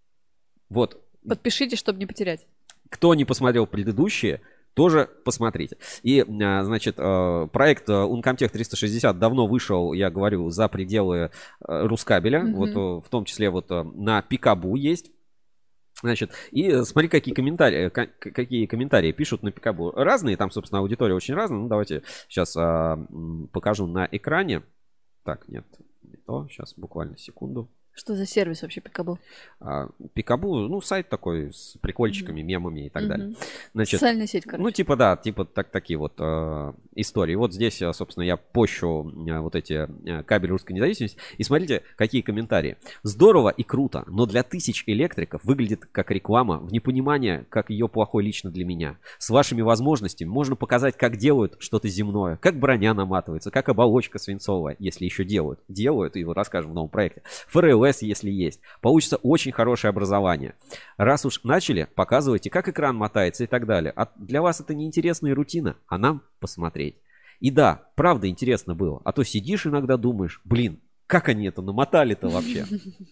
Вот. Подпишитесь, чтобы не потерять. Кто не посмотрел предыдущие, тоже посмотрите. И, значит, проект Uncomtech 360 давно вышел, я говорю, за пределы Рускабеля. Вот в том числе вот на Пикабу есть. Значит, и смотри, какие комментарии пишут на Пикабу. Разные, там, собственно, аудитория очень разная. Ну, давайте сейчас покажу на экране. Так, нет, не то. Сейчас, буквально секунду. Что за сервис вообще Пикабу? Пикабу, ну, сайт такой с прикольчиками, мемами и так далее. Значит, социальная сеть, короче. Ну, типа, да, типа такие вот истории. Вот здесь, собственно, я пощу вот эти кабели русской независимости. И смотрите, какие комментарии. Здорово и круто, но для тысяч электриков выглядит как реклама, в непонимание, как ее плохой лично для меня. С вашими возможностями можно показать, как делают что-то земное, как броня наматывается, как оболочка свинцовая, если еще делают. Делают, и вот расскажем в новом проекте. ФРЛС, если есть. Получится очень хорошее образование. Раз уж начали, показывайте, как экран мотается и так далее. А для вас это неинтересная рутина, а нам посмотреть. И да, правда интересно было. А то сидишь иногда думаешь, блин, как они это намотали-то вообще?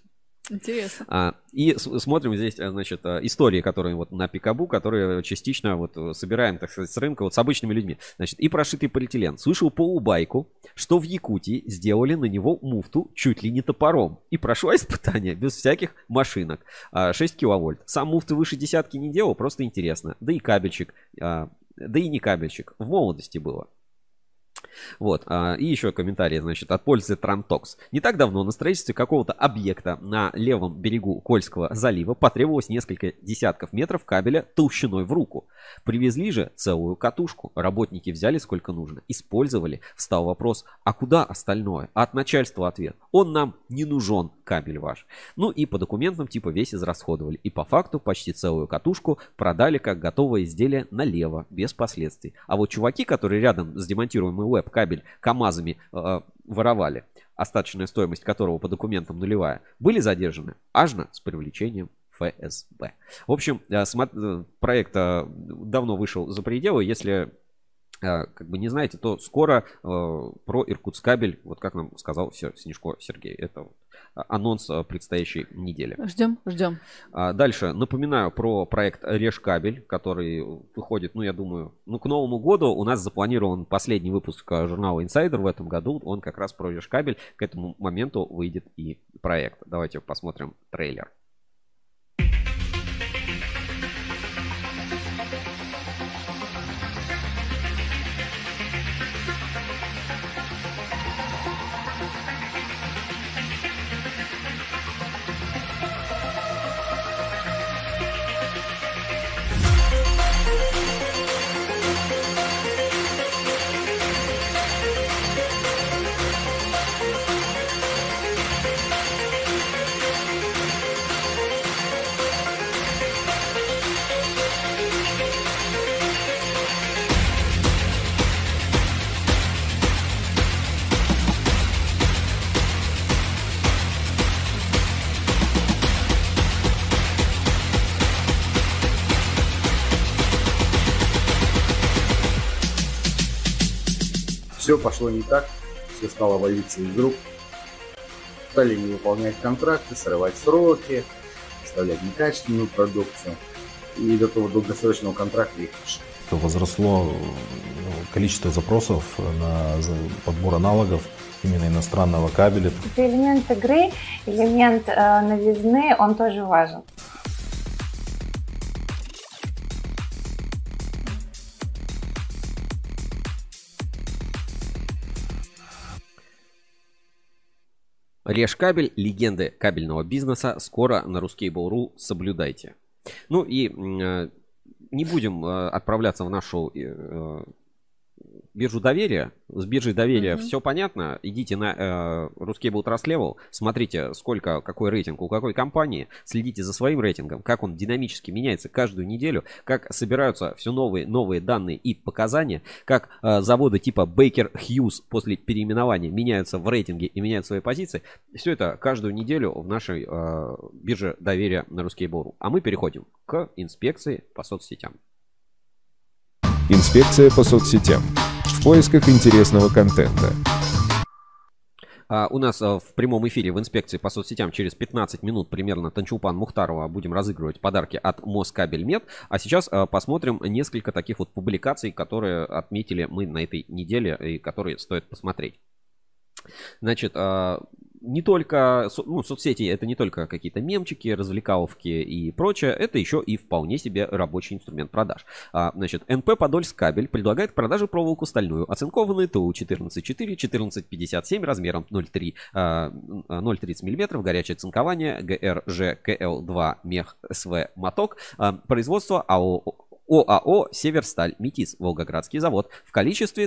Интересно. И смотрим здесь, значит, истории, которые вот на Пикабу, которые частично вот собираем, так сказать, с рынка вот с обычными людьми. Значит, и прошитый полиэтилен. Слышал полубайку, что в Якутии сделали на него муфту чуть ли не топором. И прошло испытание без всяких машинок. 6 киловольт. Сам муфты выше десятки не делал, просто интересно. Да и кабельчик, да и не кабельчик. В молодости было. Вот, и еще комментарий, значит, от пользователя Трантокс. Не так давно на строительстве какого-то объекта на левом берегу Кольского залива потребовалось несколько десятков метров кабеля толщиной в руку. Привезли же целую катушку. Работники взяли сколько нужно, использовали. Встал вопрос, а куда остальное? А от начальства ответ, он нам не нужен, кабель ваш. Ну и по документам типа весь израсходовали. И по факту почти целую катушку продали как готовое изделие налево, без последствий. А вот чуваки, которые рядом с демонтируемый веб-кабель КАМАЗами воровали, остаточная стоимость которого по документам нулевая, были задержаны ажно с привлечением ФСБ. В общем, проект давно вышел за пределы. Если как бы не знаете, то скоро про Иркутскабель, вот как нам сказал Снежко Сергей, это вот анонс предстоящей недели. Ждем. Дальше напоминаю про проект Решкабель, который выходит, ну я думаю, к Новому году. У нас запланирован последний выпуск журнала Insider в этом году. Он как раз про Решкабель. К этому моменту выйдет и проект. Давайте посмотрим трейлер. Все пошло не так, все стало валиться из рук. Стали не выполнять контракты, срывать сроки, поставлять некачественную продукцию. И до того долгосрочного контракта их лишили. Возросло количество запросов на подбор аналогов именно иностранного кабеля. Это элемент игры, элемент новизны, он тоже важен. Решкабель, легенды кабельного бизнеса, скоро на Ruskable.ru, соблюдайте. Ну и не будем отправляться в нашу биржу доверия. С биржей доверия все понятно. Идите на Ruskable Trust Level, смотрите, какой рейтинг у какой компании, следите за своим рейтингом, как он динамически меняется каждую неделю, как собираются все новые данные и показания, как заводы типа Baker Hughes после переименования меняются в рейтинге и меняют свои позиции. Все это каждую неделю в нашей бирже доверия на Ruskable.ru. А мы переходим к инспекции по соцсетям. Инспекция по соцсетям. в поисках интересного контента. У нас в прямом эфире в инспекции по соцсетям через 15 минут примерно Танчулпан Мухтарова будем разыгрывать подарки от Москабельмет. А сейчас посмотрим несколько таких вот публикаций, которые отметили мы на этой неделе и которые стоит посмотреть. Значит, не только, соцсети это не только какие-то мемчики, развлекаловки и прочее, это еще и вполне себе рабочий инструмент продаж. Значит, НП Подольск Кабель предлагает к продаже проволоку стальную, оцинкованную ТУ 14.4, 14.57 размером 0,30 мм, горячее цинкование, ГРЖ-КЛ2 мех СВ моток, производство ОАО «Северсталь», Метис, Волгоградский завод, в количестве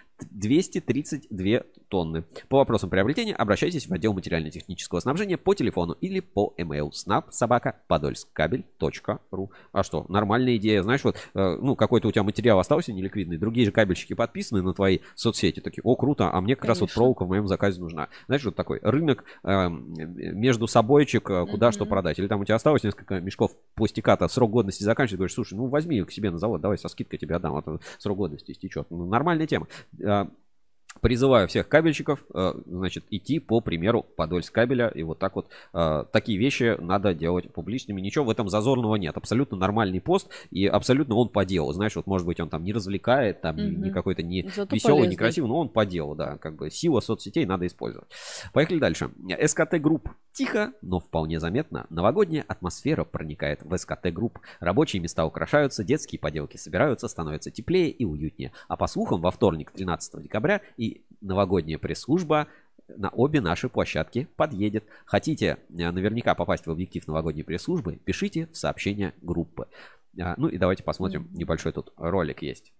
232 тонны. По вопросам приобретения обращайтесь в отдел материально-технического снабжения по телефону или по email snap@podolskabel.ru. А что, нормальная идея. Знаешь, вот, какой-то у тебя материал остался неликвидный, другие же кабельщики подписаны на твои соцсети, такие, о, круто, а мне как раз вот проволока в моем заказе нужна. Знаешь, вот такой рынок между собойчик, куда что продать. Или там у тебя осталось несколько мешков пластиката, срок годности заканчивается, говоришь, слушай, возьми к себе на завод, давай со скидкой тебе отдам, а то срок годности истечет. Нормальная тема. Призываю всех кабельщиков, значит, идти по примеру Подольск кабеля. И вот так вот такие вещи надо делать публичными. Ничего в этом зазорного нет. Абсолютно нормальный пост. И абсолютно он по делу. Знаешь, вот может быть он там не развлекает, там не какой-то не веселый, не красивый, но он по делу, да. Как бы сила соцсетей надо использовать. Поехали дальше. СКТ Групп. Тихо, но вполне заметно. Новогодняя атмосфера проникает в СКТ Групп. Рабочие места украшаются, детские поделки собираются, становится теплее и уютнее. А по слухам, во вторник, 13 декабря, и новогодняя пресс-служба на обе наши площадки подъедет. Хотите наверняка попасть в объектив новогодней пресс-службы, пишите в сообщения группы. Ну и давайте посмотрим, небольшой тут ролик есть.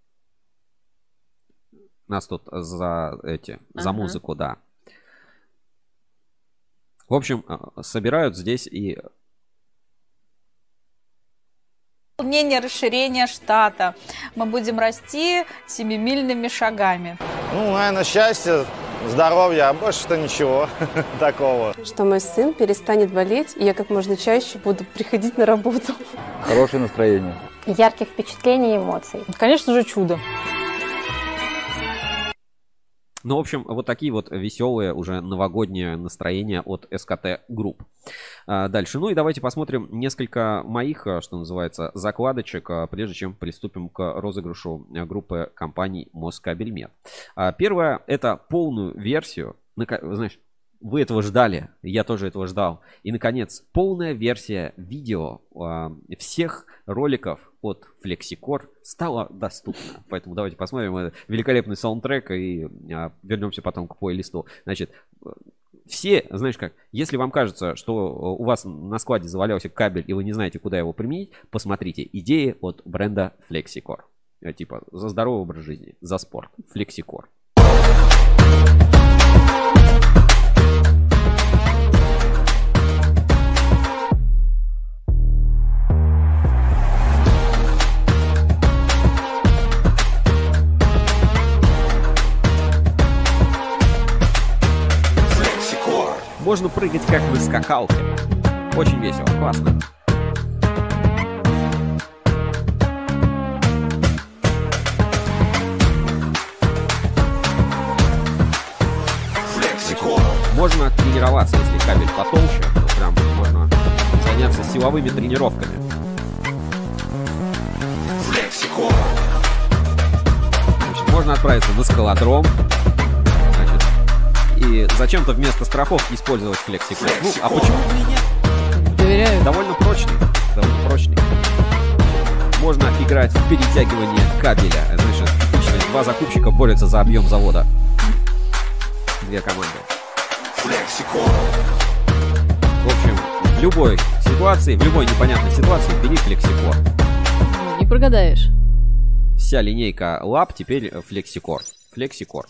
Нас тут за музыку, да. В общем, собирают здесь и... Выполнение расширения штата. Мы будем расти семимильными шагами. Наверное, счастье, здоровье, а больше-то ничего такого. Что мой сын перестанет болеть, и я как можно чаще буду приходить на работу. Хорошее настроение. Ярких впечатлений и эмоций. Конечно же, чудо. Ну, в общем, вот такие вот веселые уже новогодние настроения от СКТ Групп. Дальше. Ну и давайте посмотрим несколько моих, что называется, закладочек, прежде чем приступим к розыгрышу группы компаний Москабельмет. Первое — это полную версию. Знаешь, вы этого ждали, я тоже этого ждал. И, наконец, полная версия видео всех роликов от FlexiCore стала доступна. Поэтому давайте посмотрим великолепный саундтрек и вернемся потом к плейлисту. Значит, все, знаешь как, если вам кажется, что у вас на складе завалялся кабель и вы не знаете, куда его применить, посмотрите идеи от бренда FlexiCore. Типа за здоровый образ жизни, за спорт. FlexiCore. Можно прыгать как на скакалке. Очень весело, классно. Можно тренироваться, если кабель потолще, то прям можно заняться силовыми тренировками. Значит, можно отправиться на скалодром. И зачем-то вместо страховки использовать FlexiCore. Ну, а почему бы и нет? Доверяю. Довольно прочный. Можно играть в перетягивание кабеля. Значит, типичные два закупщика борются за объем завода. Две команды. В общем, в любой ситуации, в любой непонятной ситуации бери FlexiCore. Не прогадаешь. Вся линейка лап теперь FlexiCore.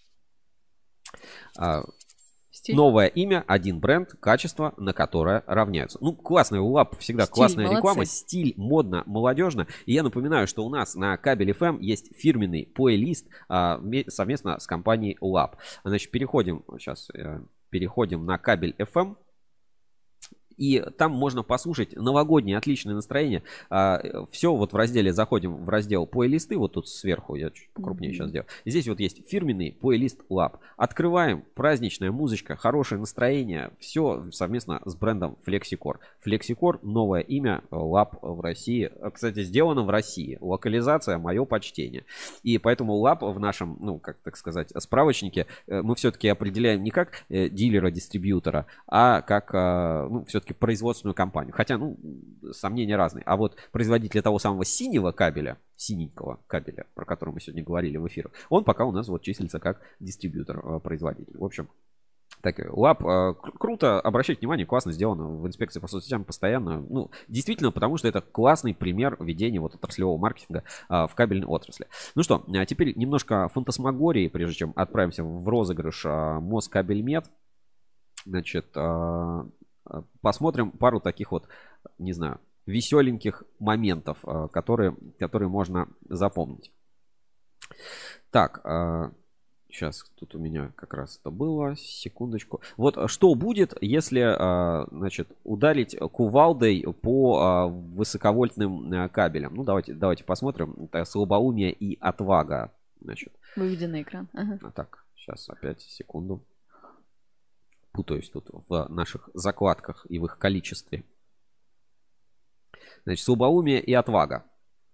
Новое имя, один бренд, качество, на которое равняются. Ну, классная у лап, всегда стиль, классная молодцы. Реклама, стиль, модно, молодежно. И я напоминаю, что у нас на Кабель FM есть фирменный плейлист совместно с компанией лап. Значит, переходим на Кабель FM. И там можно послушать новогоднее отличное настроение. Все вот в разделе, заходим в раздел плейлисты, вот тут сверху, я чуть покрупнее сейчас сделаю. Здесь вот есть фирменный плейлист Lab. Открываем, праздничная музычка, хорошее настроение. Все совместно с брендом Flexicore. Flexicore — новое имя Lab в России. Кстати, сделано в России. Локализация — мое почтение. И поэтому Lab в нашем, ну, как так сказать, справочнике мы все-таки определяем не как дилера-дистрибьютора, а как, ну, все-таки производственную компанию. Хотя, ну, сомнения разные. А вот производитель того самого синего кабеля, синенького кабеля, про который мы сегодня говорили в эфире, он пока у нас вот числится как дистрибьютор-производитель. В общем, так, Lab круто, обращайте внимание, классно сделано в инспекции по соцсетям постоянно. Ну, действительно, потому что это классный пример ведения вот отраслевого маркетинга в кабельной отрасли. Ну что, теперь немножко фантасмагории, прежде чем отправимся в розыгрыш Москабельмет. Значит, посмотрим пару таких вот, не знаю, веселеньких моментов, которые можно запомнить. Так, сейчас тут у меня как раз это было, секундочку. Вот что будет, если, значит, ударить кувалдой по высоковольтным кабелям. Ну, давайте посмотрим. Это слабоумие и отвага. Значит. Выведи на экран. Ага. Так, сейчас опять, секунду. Путаюсь тут в наших закладках и в их количестве. Значит, слабоумие и отвага.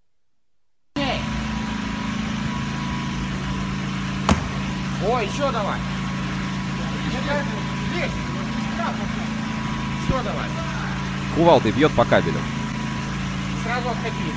Ой, еще давай. Еще давай. Кувалдой бьет по кабелю. Сразу отходи.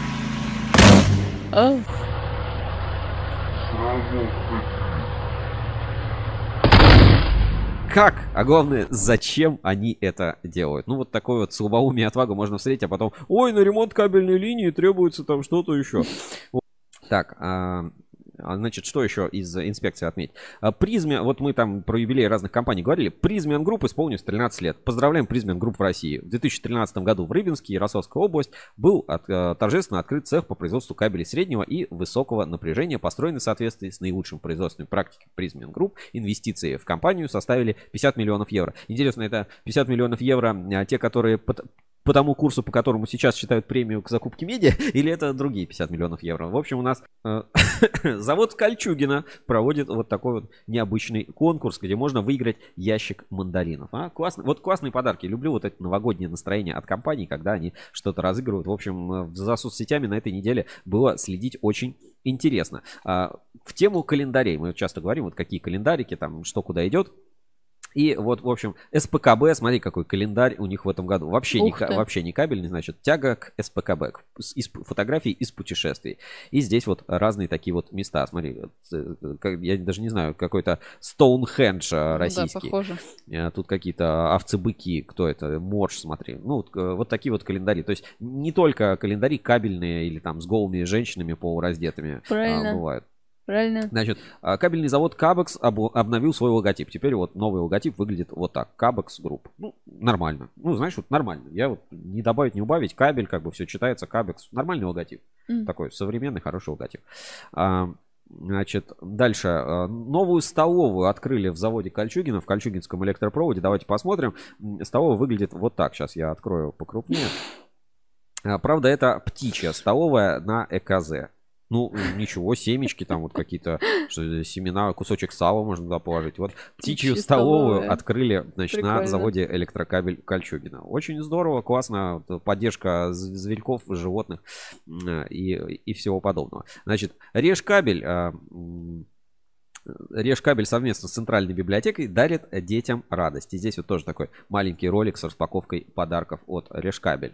Как? А главное, зачем они это делают? Ну, вот такое вот слабоумие и отвагу можно встретить, а потом: ой, на ремонт кабельной линии требуется там что-то еще. Так, значит, что еще из инспекции отметить? Призме, вот мы там про юбилей разных компаний говорили. Призмен Групп исполнилось 13 лет. Поздравляем Призмен Групп в России. В 2013 году в Рыбинске, Ярославская область, был торжественно открыт цех по производству кабелей среднего и высокого напряжения, построенный в соответствии с наилучшим производственной практикой Призмен Групп. Инвестиции в компанию составили 50 миллионов евро. Интересно, это 50 миллионов евро те, которые по тому курсу, по которому сейчас считают премию к закупке медиа, или это другие 50 миллионов евро? В общем, у нас завод Кольчугино проводит вот такой вот необычный конкурс, где можно выиграть ящик мандаринов. Классно. Вот классные подарки. Люблю вот это новогоднее настроение от компаний, когда они что-то разыгрывают. В общем, за соцсетями на этой неделе было следить очень интересно. В тему календарей. Мы часто говорим, вот какие календарики, там, что куда идет. И вот, в общем, СПКБ, смотри, какой календарь у них в этом году. Вообще не кабельный, значит, тяга к СПКБ, фотографии из путешествий. И здесь вот разные такие вот места. Смотри, я даже не знаю, какой-то Стоунхендж российский. Да, похоже. Тут какие-то овцы-быки, кто это, Морж, смотри. Ну, вот такие вот календари. То есть не только календари кабельные или там с голыми женщинами полураздетыми бывают. Правильно. Значит, кабельный завод Cabex обновил свой логотип. Теперь вот новый логотип выглядит вот так. Cabex Group. Ну, нормально. Ну, знаешь, вот нормально. Я вот не добавить, не убавить. Кабель, как бы все читается. Cabex. Нормальный логотип. Такой современный, хороший логотип. Значит, дальше. Новую столовую открыли в заводе Кольчугино, в Кольчугинском электропроводе. Давайте посмотрим. Столовая выглядит вот так. Сейчас я открою покрупнее. Правда, это птичья столовая на ЭКЗ. Ну, ничего, семечки там вот какие-то, семена, кусочек сала можно туда положить. Вот птичью столовую открыли, значит, на заводе Электрокабель Кольчугино. Очень здорово, классно, поддержка зверьков, животных и всего подобного. Значит, Режкабель совместно с Центральной библиотекой дарит детям радость. И здесь вот тоже такой маленький ролик с распаковкой подарков от Режкабель.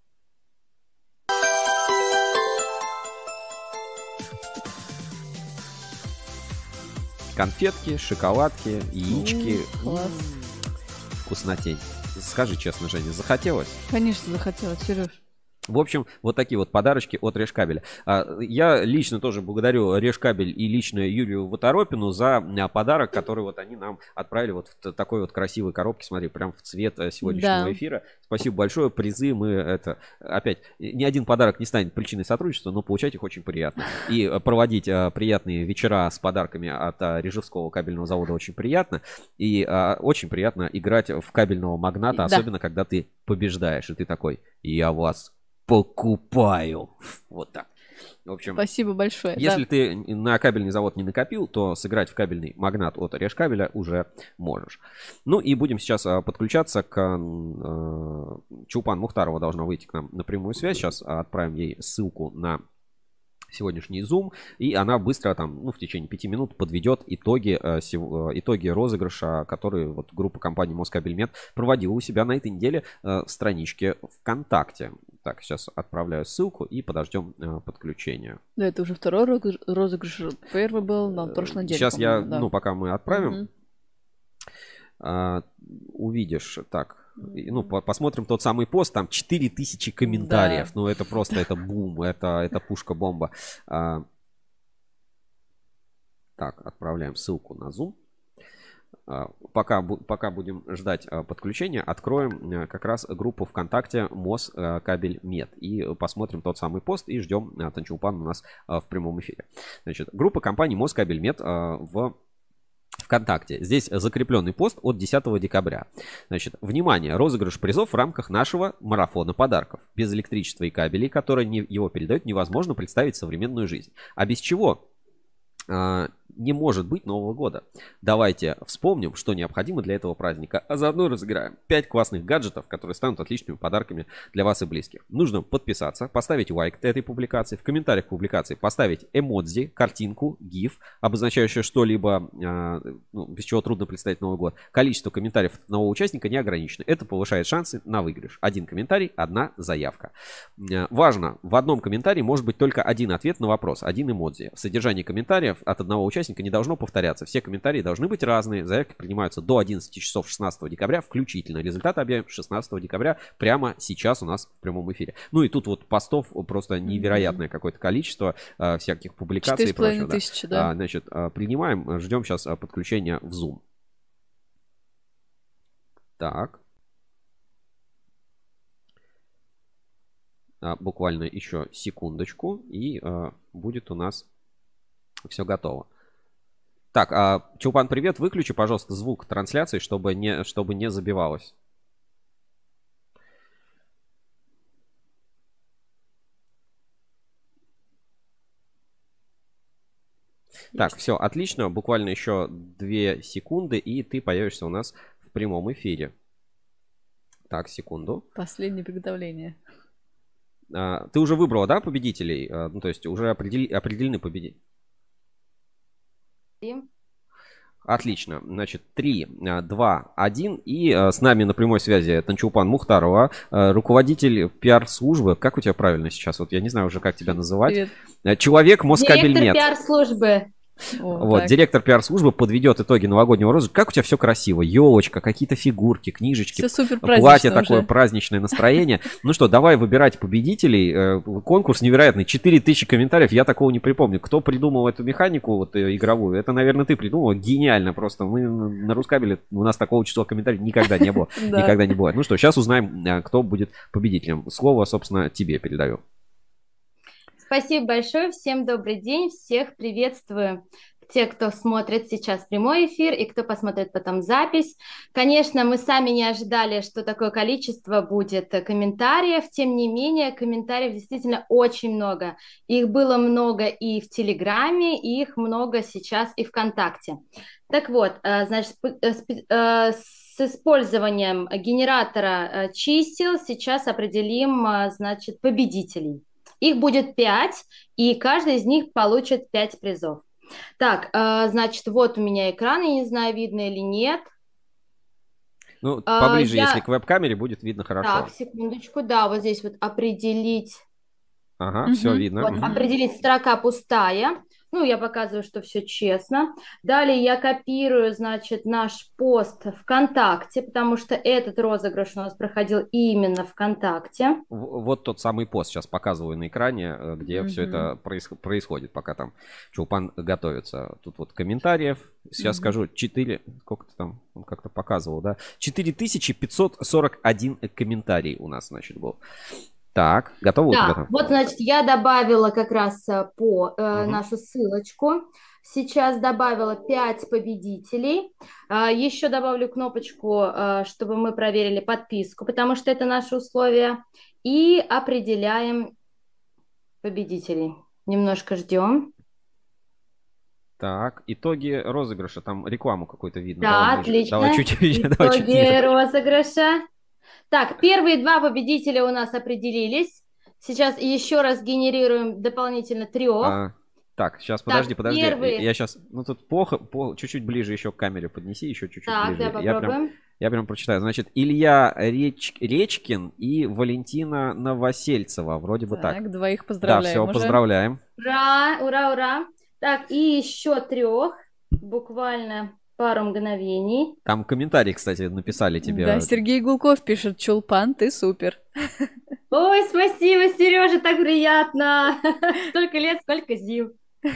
Конфетки, шоколадки, яички. Вкуснотень. Скажи честно, Женя, захотелось? Конечно, захотелось, Сереж. В общем, вот такие вот подарочки от Решкабеля. Я лично тоже благодарю Решкабель и лично Юрию Ваторопину за подарок, который вот они нам отправили вот в такой вот красивой коробке. Смотри, прям в цвет сегодняшнего эфира. Спасибо большое. Призы мы это... Опять, ни один подарок не станет причиной сотрудничества, но получать их очень приятно. И проводить приятные вечера с подарками от Рижевского кабельного завода очень приятно. И очень приятно играть в кабельного магната, особенно когда ты побеждаешь. И ты такой, я вас покупаю. Вот так. В общем, спасибо большое. Если ты на кабельный завод не накопил, то сыграть в кабельный магнат от Решкабеля уже можешь. Ну и будем сейчас подключаться к Чулпан Мухтарова должна выйти к нам на прямую связь. Сейчас отправим ей ссылку на сегодняшний Zoom, и она быстро там, в течение 5 минут подведет итоги розыгрыша, которые вот группа компании Москабельмет проводила у себя на этой неделе в страничке ВКонтакте. Так, сейчас отправляю ссылку и подождем подключения. Да, это уже второй розыгрыш. Первый был на прошлой неделе. Сейчас я, пока мы отправим, увидишь, так, посмотрим тот самый пост, там 4000 комментариев, это просто, это бум, это пушка-бомба. Так, отправляем ссылку на Zoom. Пока будем ждать подключения, откроем как раз группу ВКонтакте Москабельмет и посмотрим тот самый пост и ждем Танчулпан у нас в прямом эфире. Значит, группа компании Москабельмет в ВКонтакте. Здесь закрепленный пост от 10 декабря. Значит, внимание, розыгрыш призов в рамках нашего марафона подарков. Без электричества и кабелей, которые его передают, невозможно представить современную жизнь. А без чего не может быть Нового года? Давайте вспомним, что необходимо для этого праздника, а заодно разыграем 5 классных гаджетов, которые станут отличными подарками для вас и близких. Нужно подписаться, поставить лайк этой публикации, в комментариях к публикации поставить эмодзи, картинку, гиф, обозначающую что-либо, без чего трудно представить Новый год. Количество комментариев от одного участника не ограничено. Это повышает шансы на выигрыш. Один комментарий, одна заявка. Важно, в одном комментарии может быть только один ответ на вопрос, один эмодзи. В содержании комментариев от одного участника не должно повторяться. Все комментарии должны быть разные. Заявки принимаются до 11 часов 16 декабря включительно. Результаты объявим 16 декабря прямо сейчас у нас в прямом эфире. Ну и тут вот постов просто невероятное какое-то количество всяких публикаций и прочего. 4500, да. Значит, принимаем, ждем сейчас подключения в Zoom. Так. Буквально еще секундочку и будет у нас все готово. Так, Чулпан, привет. Выключи, пожалуйста, звук трансляции, чтобы не забивалось. Так, все, отлично. Буквально еще 2 секунды, и ты появишься у нас в прямом эфире. Так, секунду. Последнее приготовление. Ты уже выбрала, да, победителей? То есть уже определены победители. Отлично. Значит, 3, 2, 1. И с нами на прямой связи Танчулпан Мухтарова, руководитель пиар-службы. Как у тебя правильно сейчас? Вот я не знаю уже, как тебя называть. Привет. Человек Москабельмет. Директор пиар-службы. Вот, директор пиар-службы подведет итоги новогоднего розыгрыша. Как у тебя все красиво? Елочка, какие-то фигурки, книжечки, платье такое, праздничное настроение. Ну что, давай выбирать победителей. Конкурс невероятный, 4000 комментариев, я такого не припомню. Кто придумал эту механику вот игровую? Это, наверное, ты придумал. Гениально просто. Мы на Рускабеле, у нас такого числа комментариев никогда не было. Никогда не бывает. Ну что, сейчас узнаем, кто будет победителем. Слово, собственно, тебе передаю. Спасибо большое, всем добрый день, всех приветствую. Те, кто смотрит сейчас прямой эфир и кто посмотрит потом запись. Конечно, мы сами не ожидали, что такое количество будет комментариев, тем не менее, комментариев действительно очень много. Их было много и в Телеграме, и их много сейчас и ВКонтакте. Так вот, значит, с использованием генератора чисел сейчас определим, значит, победителей. Их будет 5, и каждый из них получит 5 призов. Так, значит, вот у меня экран, я не знаю, видно или нет. Ну, поближе, если к веб-камере, будет видно хорошо. Так, секундочку, да, вот здесь вот определить. Ага, все видно. Вот, определить строка пустая. Ну, я показываю, что все честно. Далее я копирую, значит, наш пост ВКонтакте, потому что этот розыгрыш у нас проходил именно ВКонтакте. Вот тот самый пост сейчас показываю на экране, где все это происходит, пока там Чулпан готовится. Тут вот комментариев. Сейчас скажу, 4, сколько-то там, он как-то показывал, да? 4541 комментарий у нас, значит, был. Так, готово? Да, вот, значит, я добавила как раз по нашу ссылочку. Сейчас добавила 5 победителей. Еще добавлю кнопочку, чтобы мы проверили подписку, потому что это наши условия. И определяем победителей. Немножко ждем. Так, итоги розыгрыша. Там рекламу какую-то видно. Да, отлично. Давай чуть-чуть. Итоги розыгрыша. Так, первые 2 победителя у нас определились. Сейчас еще раз генерируем дополнительно 3. Так, сейчас, подожди. Первые... Я сейчас, ну тут плохо, чуть-чуть ближе еще к камере поднеси, еще чуть-чуть так, ближе. Да, попробуем. Я прям прочитаю. Значит, Илья Речкин и Валентина Новосельцева. Вроде бы так. Так, 2 поздравляем. Да, все, уже. поздравляем. Ура, ура, ура. Так, и еще 3. Буквально пару мгновений. Там комментарий, кстати, написали тебе. Да, Сергей Гулков пишет: Чулпан, ты супер. Ой, спасибо, Сережа, так приятно. Столько лет, сколько зим.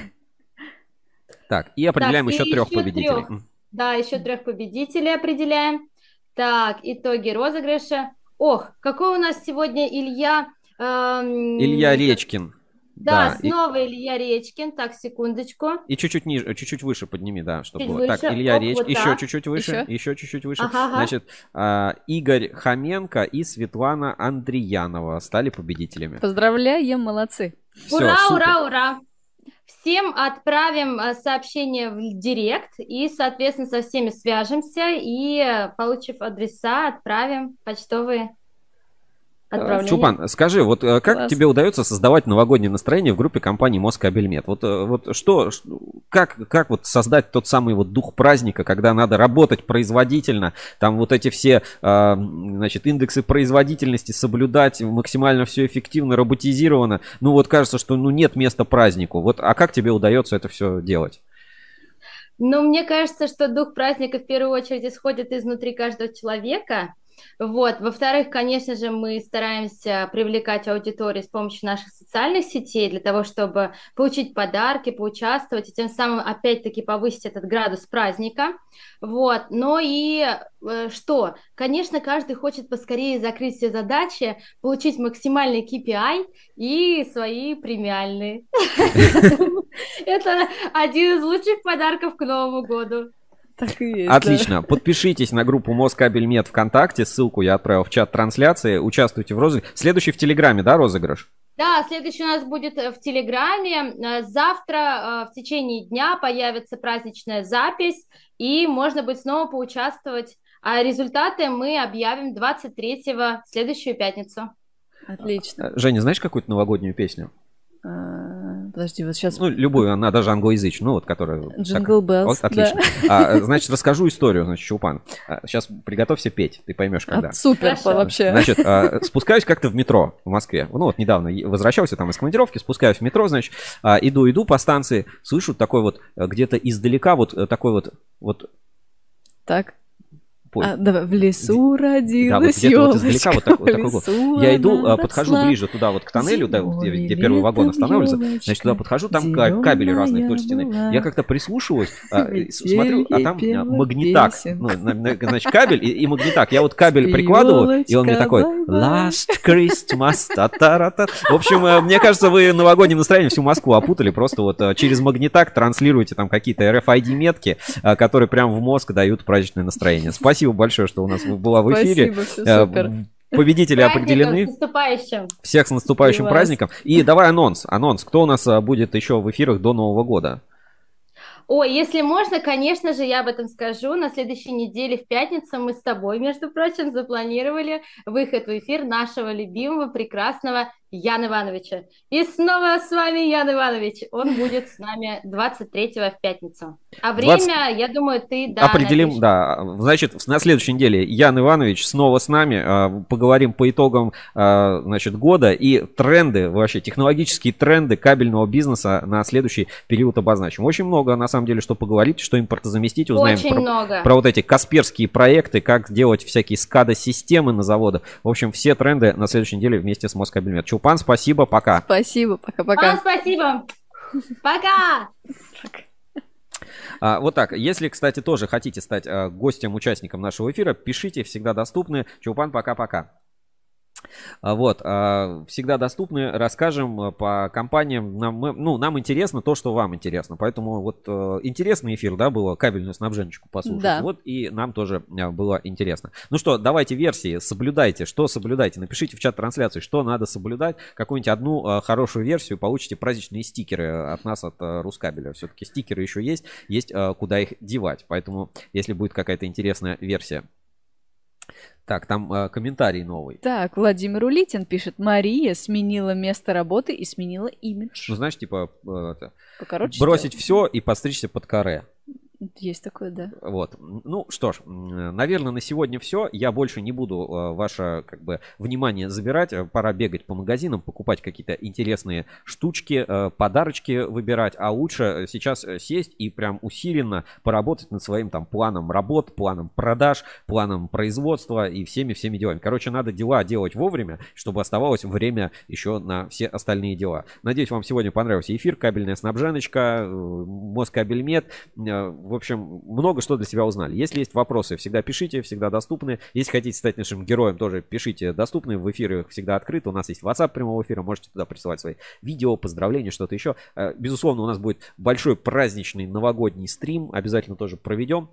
Так, и определяем еще 3 победителей. Да, еще 3 победителей определяем. Так, итоги розыгрыша. Ох, какой у нас сегодня Илья... Илья Речкин. Да, снова Илья Речкин. Так, секундочку. И чуть-чуть ниже, чуть-чуть выше подними, да, чтобы было. Выше. Так, Илья Речкин. Вот еще чуть-чуть выше. Еще чуть-чуть выше. Ага. Значит, Игорь Хоменко и Светлана Андреянова стали победителями. Поздравляем, молодцы. Ура, Все, ура, ура. Всем отправим сообщение в директ и, соответственно, со всеми свяжемся и, получив адреса, отправим почтовые отправления. Чулпан, скажи, вот как Класс. тебе удается создавать новогоднее настроение в группе компании Москабельмет? Вот что, как вот создать тот самый вот дух праздника, когда надо работать производительно, там вот эти все, значит, индексы производительности соблюдать, максимально все эффективно, роботизировано. Ну вот кажется, что нет места празднику. Вот, а как тебе удается это все делать? Ну, мне кажется, что дух праздника в первую очередь исходит изнутри каждого человека. Вот. Во-вторых, конечно же, мы стараемся привлекать аудиторию с помощью наших социальных сетей для того, чтобы получить подарки, поучаствовать и тем самым опять-таки повысить этот градус праздника. Вот. Но и что? Конечно, каждый хочет поскорее закрыть все задачи, получить максимальный KPI и свои премиальные. Это один из лучших подарков к Новому году. Так и есть, Отлично. да. Подпишитесь на группу Москабельмет ВКонтакте. Ссылку я отправил в чат трансляции. Участвуйте в розыгрыше. Следующий в Телеграме, да, розыгрыш? Да, следующий у нас будет в Телеграме. Завтра в течение дня появится праздничная запись, и можно будет снова поучаствовать. А результаты мы объявим 23-го, в следующую пятницу. Отлично. Женя, знаешь какую-то новогоднюю песню? Подожди, вот сейчас... Ну, любую, она даже англоязычную, ну, вот, которая... Джингл Беллс, вот, отлично. да. Значит, расскажу историю, значит, Чулпан. Сейчас приготовься петь, ты поймешь, когда. Супер, вообще. Значит, спускаюсь как-то в метро в Москве. Ну, вот недавно возвращался там из командировки, спускаюсь в метро, значит, иду по станции, слышу такой вот где-то издалека вот такой вот... Так. Давай. В лесу родилась да, вот где-то вот издалека вот такой я иду, она подхожу ближе туда вот к тоннелю, да, где первый вагон останавливается, значит, туда подхожу, там кабели разные вдоль стены. Я как-то прислушиваюсь, смотрю, а там магнитак, ну, значит, кабель и магнитак. Я вот кабель прикладываю, и он мне такой Last Christmas, та-та-ра-та. В общем, мне кажется, вы новогодним настроением всю Москву опутали, просто вот через магнитак транслируете там какие-то RFID-метки, которые прям в мозг дают праздничное настроение. Спасибо большое, что у нас была в эфире. Спасибо, все супер. Победители определены. С наступающим. Всех с наступающим праздником. И давай анонс. Кто у нас будет еще в эфирах до Нового года? Ой, если можно, конечно же, я об этом скажу. На следующей неделе в пятницу мы с тобой, между прочим, запланировали выход в эфир нашего любимого, прекрасного Яна Ивановича. И снова с вами Ян Иванович. Он будет с нами 23-го в пятницу. А время, я думаю, ты, да, определим, напишешь. да. Значит, на следующей неделе Ян Иванович снова с нами. Поговорим по итогам, значит, года и тренды, вообще технологические тренды кабельного бизнеса на следующий период обозначим. Очень много, на самом деле, что поговорить, что импортозаместить. Узнаем про вот эти касперские проекты, как делать всякие SCADA-системы на заводах. В общем, все тренды на следующей неделе вместе с Москабельмет. Чулпан, спасибо, пока. Спасибо, пока-пока. Вам спасибо. Пока. Вот так. Если, кстати, тоже хотите стать гостем, участником нашего эфира, пишите, всегда доступны. Чулпан, пока-пока. Вот, всегда доступны, расскажем по компаниям. Нам интересно то, что вам интересно. Поэтому вот интересный эфир, да, было кабельную снабженочку послушать. Да. Вот и нам тоже было интересно. Ну что, давайте версии, соблюдайте. Что соблюдайте? Напишите в чат трансляции, что надо соблюдать. Какую-нибудь одну хорошую версию, получите праздничные стикеры от нас, от Рускабеля. Все-таки стикеры еще есть куда их девать. Поэтому, если будет какая-то интересная версия. Так, там комментарий новый. Так, Владимир Улитин пишет: Мария сменила место работы и сменила имидж. Ну, знаешь, типа покороче бросить сделать. все и подстричься под каре. Есть такое, да. Вот. Ну что ж, наверное, на сегодня все. Я больше не буду ваше внимание забирать. Пора бегать по магазинам, покупать какие-то интересные штучки, подарочки выбирать. А лучше сейчас сесть и прям усиленно поработать над своим там планом работ, планом продаж, планом производства и всеми делами. Короче, надо дела делать вовремя, чтобы оставалось время еще на все остальные дела. Надеюсь, вам сегодня понравился эфир. Кабельная снабженочка, Москабельмет. В общем, много что для себя узнали. Если есть вопросы, всегда пишите, всегда доступны. Если хотите стать нашим героем, тоже пишите, доступны. В эфире всегда открыто. У нас есть WhatsApp прямого эфира. Можете туда присылать свои видео, поздравления, что-то еще. Безусловно, у нас будет большой праздничный новогодний стрим. Обязательно тоже проведем.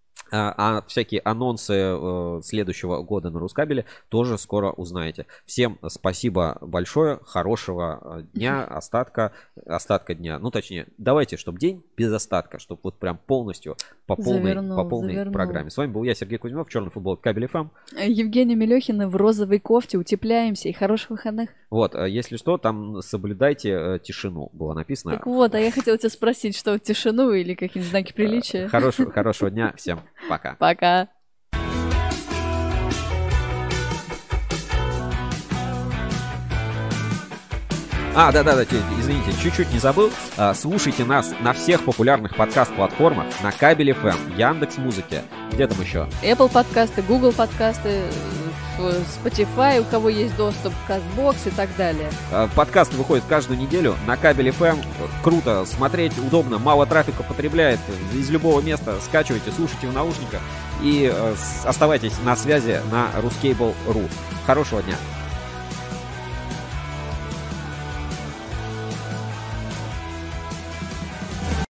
А всякие анонсы следующего года на Рускабеле тоже скоро узнаете. Всем спасибо большое, хорошего дня, остатка дня. Ну, точнее, давайте, чтобы день без остатка, чтобы вот прям полностью по полной программе. С вами был я, Сергей Кузьмов, в черной футболке Кабель ФМ. Евгения Мелехина в розовой кофте. Утепляемся и хороших выходных. Вот, если что, там соблюдайте тишину, было написано. Так вот, а я хотела тебя спросить, что тишину или какие-нибудь знаки приличия? Хорошего дня, всем пока. Пока. Да, извините, чуть-чуть не забыл. Слушайте нас на всех популярных подкаст-платформах, на Кабель FM, Яндекс.Музыке, где там еще? Apple подкасты, Google подкасты, Spotify, у кого есть доступ, Castbox и так далее. Подкаст выходит каждую неделю на Кабель FM. Круто смотреть, удобно, мало трафика потребляет. Из любого места скачивайте, слушайте в наушниках и оставайтесь на связи на Ruscable.ru. Хорошего дня!